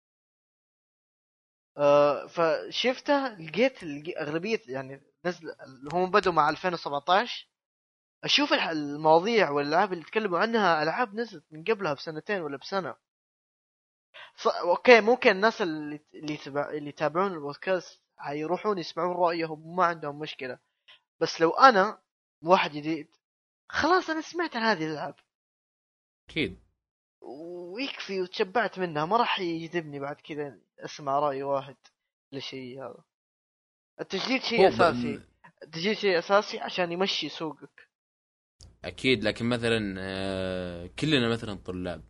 فشفته لقيت اغلبية يعني نزل هم بدوا مع 2017. اشوف المواضيع والالعاب اللي تكلموا عنها العاب نزلت من قبلها بسنتين ولا بسنة. اوكي ممكن الناس اللي يتابعون البودكاست هيروحون يسمعون رأيهم وما عندهم مشكلة، بس لو انا واحد جديد خلاص انا سمعت عن هذه الالعاب
أكيد
ويكفي وتشبعت منها، ما راح يجذبني بعد كذا اسمع رأي واحد لشيء هذا. التجديد شيء اساسي، التجديد شيء اساسي عشان يمشي سوقك.
أكيد لكن مثلا كلنا مثلا طلاب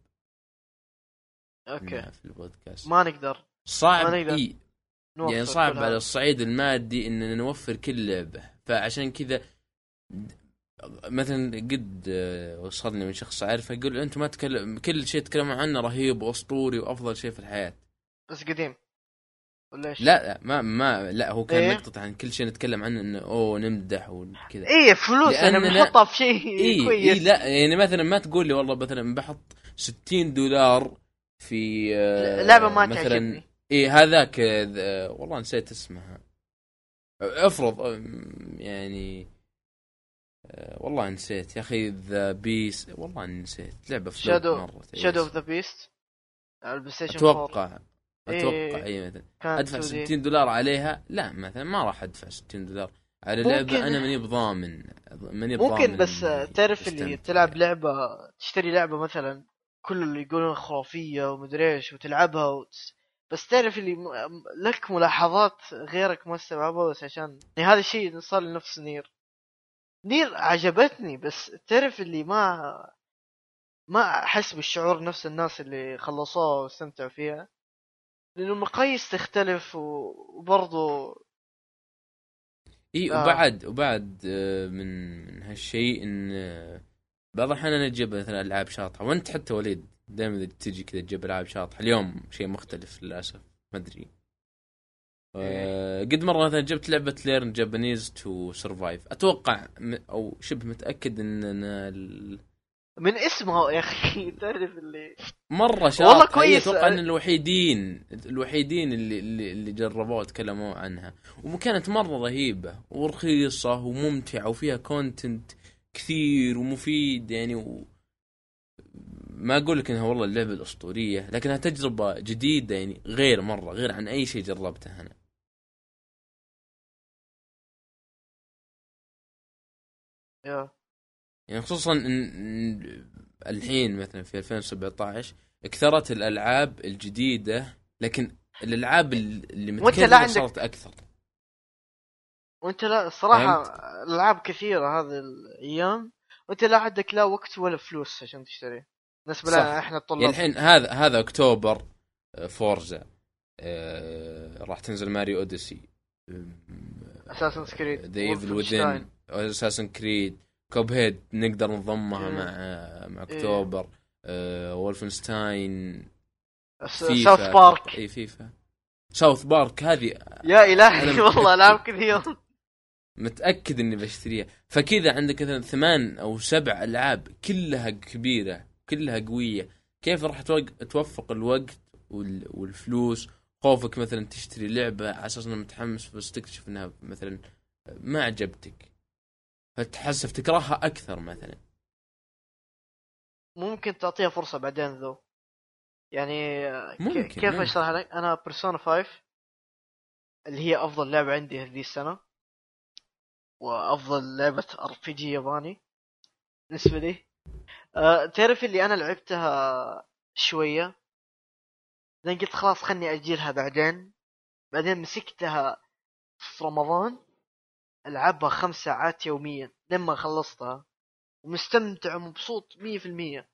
اوكي
في البودكاست
ما نقدر
صعب
ما نقدر
يعني صعب على الصعيد المادي إننا نوفر كل لعبة. فعشان كذا مثلا قد وصلني من شخص عارف يقول أنت ما تكلم كل شيء تكلموا عنه رهيب وأسطوري وأفضل شيء في الحياة.
بس قديم ولا ايش؟
لا لا هو كان
إيه؟
نقطة عن كل شيء نتكلم عنه انه نمدح وكذا.
ايه فلوس انا بنحطها في شيء كويس.
لا يعني مثلا ما تقول لي والله مثلا بحط $60 في
لعبة ما
مثلا
تعجبني.
هذاك والله نسيت اسمها. افرض يعني والله نسيت يا اخي ذا بيس، والله نسيت لعبة فلوب مرة.
شادو اوف ذا بيست على البلاي ستيشن 4.
اتوقع اتوقع اي مثلا ادفع
كانت 2D.
$60 عليها. لا مثلا ما راح ادفع $60 على لعبه انا ماني بضامن
ممكن، بس
إني
تعرف اللي
أستمتع
تلعب
فيها.
لعبة، تشتري لعبة مثلا كل اللي يقولون خرافية ومدري ايش وتلعبها بس تعرف اللي لك ملاحظات غيرك ما استوعبها، بس عشان يعني هذا الشيء صار لنفس نير عجبتني، بس تعرف اللي ما احس بالشعور نفس الناس اللي خلصوها واستمتعوا فيها، لانه المقاييس تختلف وبرضه
اي
آه
وبعد من هالشيء ان بعض الاحيان انا اجيب مثلا العاب شاطحه، وانت حتى وليد دائما تجي كذا تجيب العاب شاطحه. اليوم شيء مختلف للاسف ما ادري.
إيه.
قد مره مثلا جبت لعبه ليرن جابانيز تو سرفايف، اتوقع او شبه متاكد ان
من اسمها يا اخي تعرف اللي
مره
والله
شاطحه. هي
كويس.
اتوقع ان الوحيدين اللي جربوها وتكلموا عنها، وكانت مره رهيبه ورخيصه وممتعه وفيها كونتنت كثير ومفيد يعني. ما اقول لك انها والله اللعبه الاسطوريه، لكنها تجربه جديده يعني، غير عن اي شيء جربته انا.
يا
يعني خصوصا إن الحين مثلا في 2017 اكثرت الالعاب الجديده، لكن الالعاب اللي
وانت لا
متكرره
عندك،
صارت اكثر.
وانت لا الصراحة
فهمت؟
الالعاب كثيرة هذه الايام، وانت لا عندك لا وقت ولا فلوس عشان تشتري، بالنسبة لنا
صح.
احنا
يعني
الطلاب.
الحين هذا اكتوبر فورزا، راح تنزل ماريو اوديسي،
اساسن كريد،
ذا ايفل وذين،
وولفنشتاين،
اساسن كريد، كوب هيد نقدر نضمها مع
إيه.
اكتوبر، وولفنستاين،
ساوث
فيفا
بارك.
اي فيفا، ساوث بارك هذه
يا
انا
الهي والله العاب
متاكد
كثير.
متاكد اني بشتريها. فكذا عندك مثلا 8 أو 7 العاب كلها كبيره كلها قويه. كيف راح توفق الوقت والفلوس؟ خوفك مثلا تشتري لعبه على اساس انها متحمس بس تكتشف انها مثلا ما عجبتك، فتحسف تكرهها اكثر مثلا.
ممكن تعطيها فرصة بعدين ذو، يعني كيف
ممكن
اشرح لك؟ انا بيرسونا 5 اللي هي افضل لعبة عندي هذه السنة، وافضل لعبة ار بي جي ياباني بالنسبة لي. تعرف اللي انا لعبتها شوية، بعدين قلت خلاص خلني اجيلها بعدين مسكتها في رمضان، العبها 5 ساعات يوميا لما خلصتها، ومستمتع ومبسوط 100%.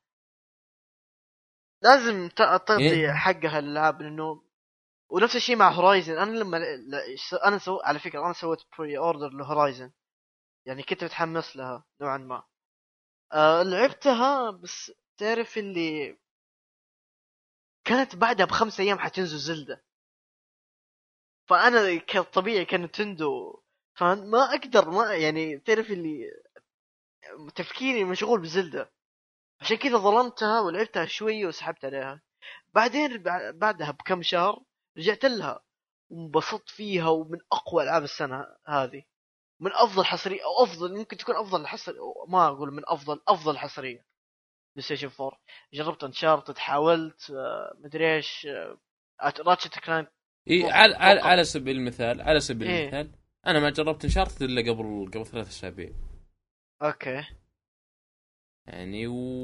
لازم تعطي
إيه؟
حقها الالعاب، لانه ونفس الشيء مع هورايزن. انا لما على فكره انا سويت بري اوردر لهورايزن، يعني كنت متحمس لها نوعا ما. لعبتها، بس تعرف اللي كانت بعدها ب5 ايام حتنزل زلدة، فانا كطبيعي كنتندو فما اقدر، ما يعني تعرف اللي تفكيري مشغول بزلدة، عشان كذا ظلمتها ولعبتها شوي وسحبت عليها. بعدين بعدها بكم شهر رجعت لها وانبسطت فيها، ومن اقوى العاب السنه هذه، من افضل حصريه، او افضل ممكن تكون افضل ما اقول من افضل حصريه بلاي ستيشن 4. جربت انشارتد، حاولت مدري ايش، راتشت كلانك
إيه؟
توقف.
على سبيل
ايه
المثال انا ما جربت انشارتد الا قبل 3 اسابيع
اوكي.
يعني.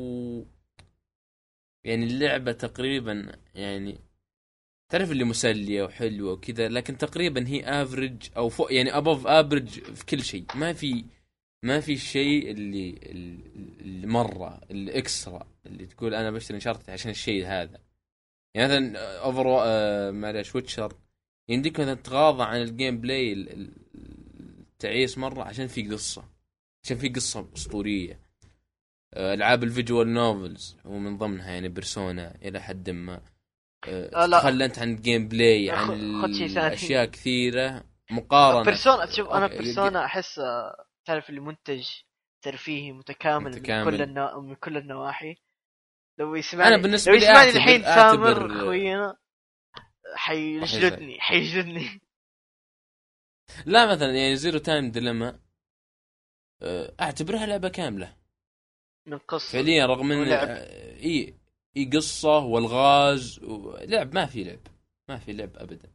يعني اللعبة تقريبا يعني تعرف اللي مسلية وحلوة وكذا، لكن تقريبا هي افريج او فوق يعني above افريج في كل شيء. ما في الشيء اللي مرة الاكسترا اللي تقول انا بشتري انشارتد عشان الشيء هذا. يعني مثلا اوفر معلش ويتشر يمديك مثلا تغاضى عن الجيم بلاي التعيس مرة عشان في قصة اسطورية. العاب الفيجوال نوفلز ومن ضمنها يعني بيرسونا الى حد ما.
لا
تتخلى انت عن الجيم بلاي، عن
خذ شيء ثاني.
الاشياء كثيره مقارنه.
بيرسونا، شوف انا
اوكي
بيرسونا احس تعرف اللي منتج ترفيهي متكامل من
متكامل.
من كل النواحي. لو
انا
يسمعني لو
بالنسبه لي
يسمعني الحين
اعتبر
سامر خوينا
راح يزعل.
حيجلدني.
لا مثلا يعني زيرو تايم ديلما اعتبرها لعبه كامله
من قصة
فعليا، رغم ان
ولعب.
اي قصه والغاز لعب ما في لعب ما في لعب ابدا.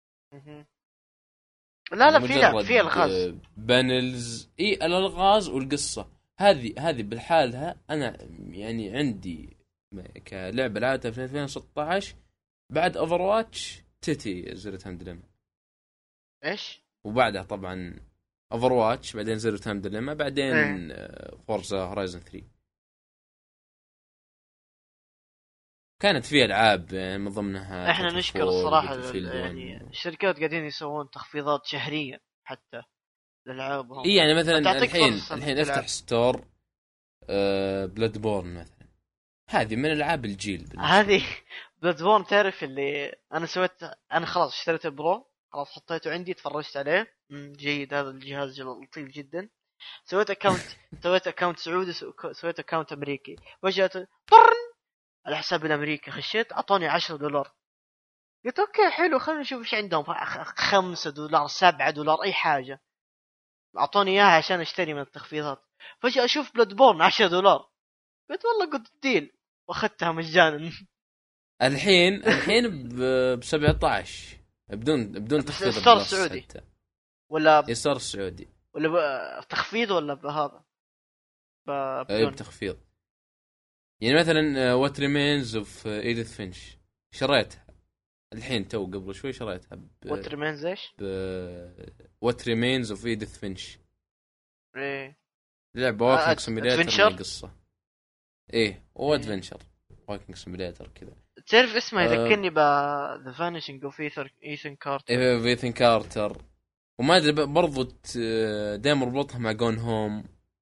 لا في لعب، في الغاز
بانلز، اي الالغاز والقصه هذه بالحالها انا يعني عندي كلعبه لعبتها في 2016 بعد اوفر واتش تيتي زرت هاند ليم.
ايش؟
وبعدها طبعا اوفر واتش، بعدين زرت هاند ليم، بعدين فورزا هورايزن 3. كانت في العاب يعني من ضمنها
احنا نشكر الصراحه يعني الشركات قاعدين يسوون تخفيضات شهريا حتى للعابهم.
اي يعني مثلا الحين افتح ستور بلاد بورن مثلا، هذه من العاب الجيل.
هذه بلاد بورن تعرف اللي انا خلاص اشتريت البرو، خلاص حطيته عندي، تفرجت عليه جيد، هذا الجهاز لطيف جدا. سويت اكاونت سعودي، سويت اكاونت امريكي، وجأت طرن على حساب الامريكي، خشيت اعطوني $10. قلت اوكي حلو، خلينا نشوف ايش عندهم. $5 $7 اي حاجه اعطوني اياها عشان اشتري من التخفيضات. فجأة اشوف بلاد بورن $10، قلت والله قد ديل، واخذتها مجانا.
الحين ب 17 بدون تخفيض.
ستار السعودي ولا
ستار السعودي
ولا تخفيض ولا بهذا
بدون تخفيض. يعني مثلا وات ريمينز اوف ايديث فينش شريتها الحين تو قبل شوي، شريتها
وات ريمينز ايش؟
وات ريمينز اوف ايديث فينش.
ايه
لعبه واكينج سيميليتر قصه. ايه وادفنشر واكينج سيميليتر كذا.
تعرف اسمه يذكرني ب ذا فانيشنج اوف ايثن كارتر.
ايه ايثن كارتر. وما ادري برضو دائما مربوطها مع جون هوم.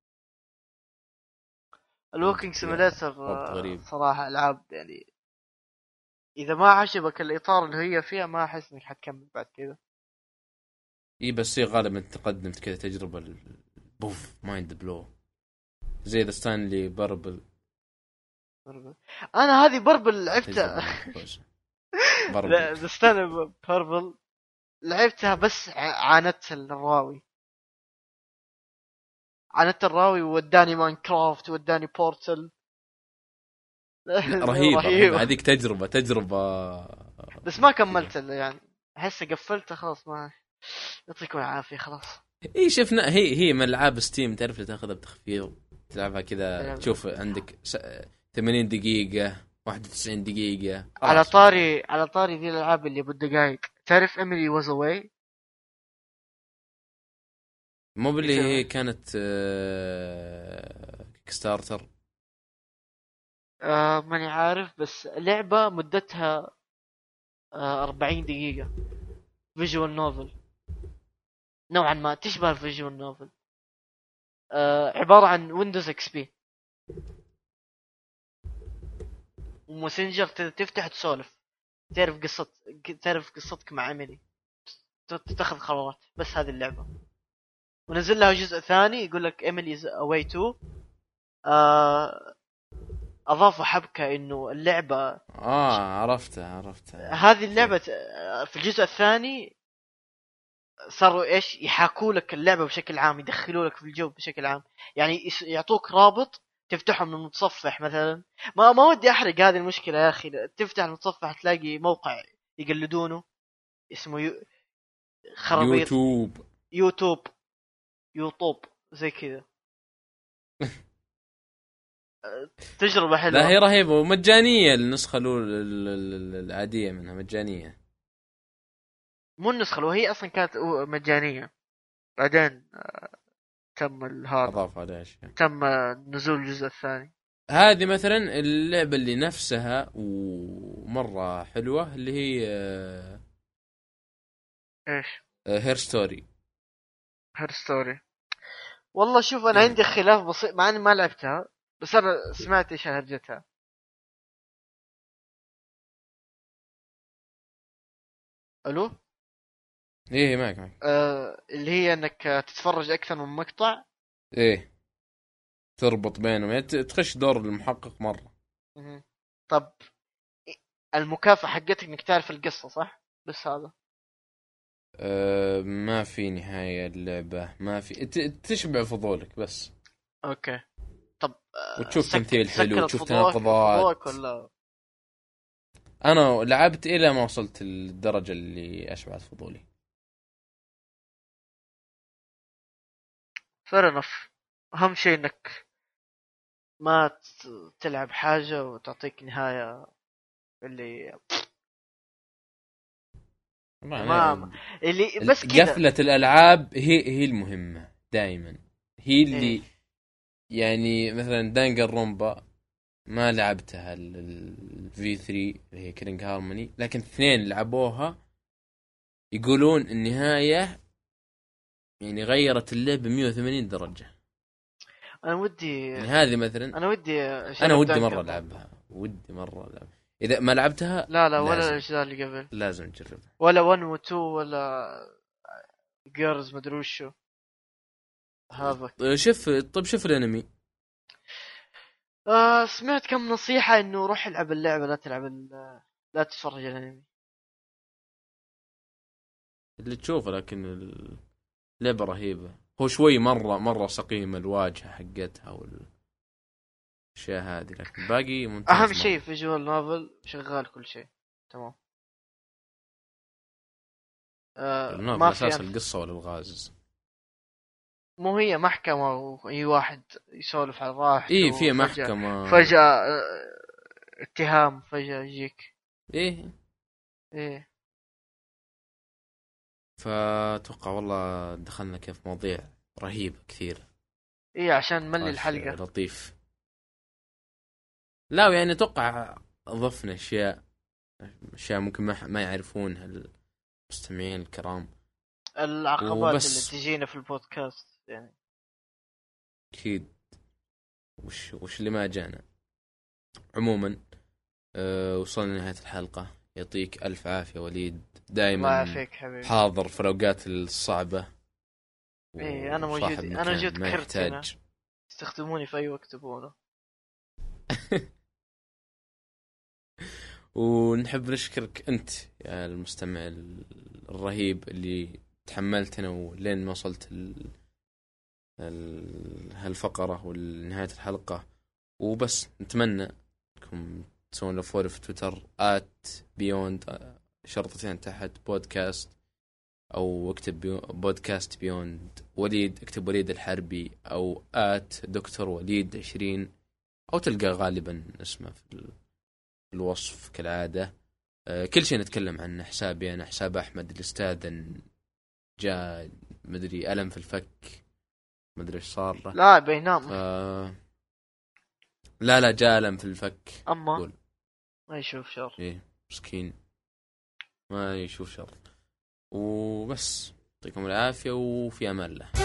الوكينج سيميليتر صراحه العاب يعني اذا ما عجبك الاطار اللي هي فيها ما احس انك حتكمل بعد كذا.
اي بس هي غالبا تقدمت كذا تجربه بوف مايند بلو زي ذا ستانلي باربل.
انا هذه باربل لعبتها. ذا ستانلي باربل لعبتها بس عانت الراوي ووداني ماينكرافت ووداني بورتل.
رهيبة هذيك تجربة
بس ما كملت يعني احس قفلتها خلاص. ما يعطيكم العافية خلاص.
اي شفنا هي من العاب ستيم تعرف اللي تاخذها بتخفيض تلعبها كذا تشوف عندك 80 دقيقة 91 دقيقة.
على طاري ذي الالعاب اللي بالدقائق، تعرف إيميلي واز أواي؟
مو باللي هي كانت كيك ستارتر؟
ماني عارف، بس لعبة مدتها 40 دقيقة، فيجوال نوفل نوعا ما تشبه الفيجوال نوفل. عبارة عن ويندوز اكس بي وماسنجر، تفتح تسولف، تعرف قصتك مع إيميلي، تتخذ قرارات. بس هذه اللعبة، ونزل لها جزء ثاني يقول لك إيميلي أواي 2. اضافوا حبكه انه اللعبه
عرفتها
هذه اللعبه في الجزء الثاني صاروا ايش يحاكوا لك اللعبه بشكل عام، يدخلوا لك في الجو بشكل عام، يعني يعطوك رابط تفتحه من المتصفح مثلا. ما ودي احرق هذه المشكله يا اخي. تفتح المتصفح تلاقي موقع يقلدونه اسمه خرابيط يوتيوب زي كذا. تجربة حلوة.
لا هي رهيبة ومجانية. النسخة العادية منها مجانية،
مو النسخة الأولى، هي أصلا كانت مجانية، بعدين تم
أضاف عليها شيء،
تم نزول الجزء الثاني.
هذه مثلا اللعبة اللي نفسها ومرة حلوة اللي هي
إيش؟
هير ستوري.
والله شوف أنا عندي خلاف بسيط مع أني ما لعبتها، بس أنا سمعت إيش هرجتها. ألو؟
إيه معك.
اللي هي إنك تتفرج أكثر من مقطع.
إيه تربط بينهم، يعني تخش دور المحقق مرة.
طب المكافأة حقتك إنك تعرف القصة صح؟ بس هذا
ما في نهاية اللعبة، ما في تشبع فضولك بس.
أوكي. طب
وتشوف تمثيل حلو وتشوف تناقضات.
ولا
انا لعبت الى ما وصلت الدرجه اللي اشبعت فضولي.
fair enough. اهم شيء انك ما تلعب حاجة وتعطيك نهاية اللي ما اللي بس كذا.
قفلة الالعاب هي المهمه دائما، هي اللي
إيه.
يعني مثلا دانجر رومبا ما لعبتها الفي 3 اللي هي كرينج هارموني، لكن اثنين لعبوها يقولون النهايه يعني غيرت اللعبه 180 درجه.
انا ودي
يعني هذه مثلا
انا ودي
انا ودي مره العبها، اذا ما لعبتها
لا ولا
لازم.
الاجزاء اللي قبل
لازم تجربها،
ولا 1 و 2 ولا جيرز مدري وشو هذا.
شوف الانمي.
سمعت كم نصيحة انه روح العب اللعبة لا تلعب لا تتفرج على الانمي.
اللي تشوفه، لكن اللعبة رهيبة. هو شوي مرة سقيمة الواجهة حقتها والاشياء هذه، لكن باقي ممتاز.
اهم شيء فيجوال نوفل شغال كل شيء تمام. ما في
اساس القصة ولا الغاز.
مو هي محكمة واي واحد يسولف على راحته.
ايه في محكمة
فجأة اتهام فجأة يجيك. ايه
فاتوقع والله دخلنا كيف مواضيع رهيبة كثير.
ايه عشان ملي الحلقة
لطيف. لا يعني اتوقع اضفنا اشياء ممكن ما يعرفونها المستمعين الكرام.
العقبات اللي تجينا في البودكاست يعني
اكيد. وش اللي ما جانا. عموما وصلنا لنهاية الحلقة. يعطيك ألف عافية وليد، دائما حاضر في الأوقات الصعبة.
ايه انا موجود، انا جد كرتنا استخدموني في اي وقت تبونه.
ونحب نشكرك انت يا المستمع الرهيب اللي تحملتنا ولين ما وصلت هالفقرة ونهاية الحلقة. وبس نتمنى انكم تسوون له فولو في تويتر @beyond شرطتين تحت بودكاست، او اكتب بودكاست بيوند وليد، اكتب وليد الحربي، او @دكتور وليد 20، او تلقى غالبا اسمه في الوصف كالعادة. كل شيء نتكلم عنه. حسابي انا حساب احمد الاستاذ جاء مدري ألم في الفك، مدري ايش صار له.
لا بينام
لا جاء ألم في الفك.
اما قول. ما يشوف شر.
ايه مسكين ما يشوف شر. وبس يعطيكم العافية وفي امان الله.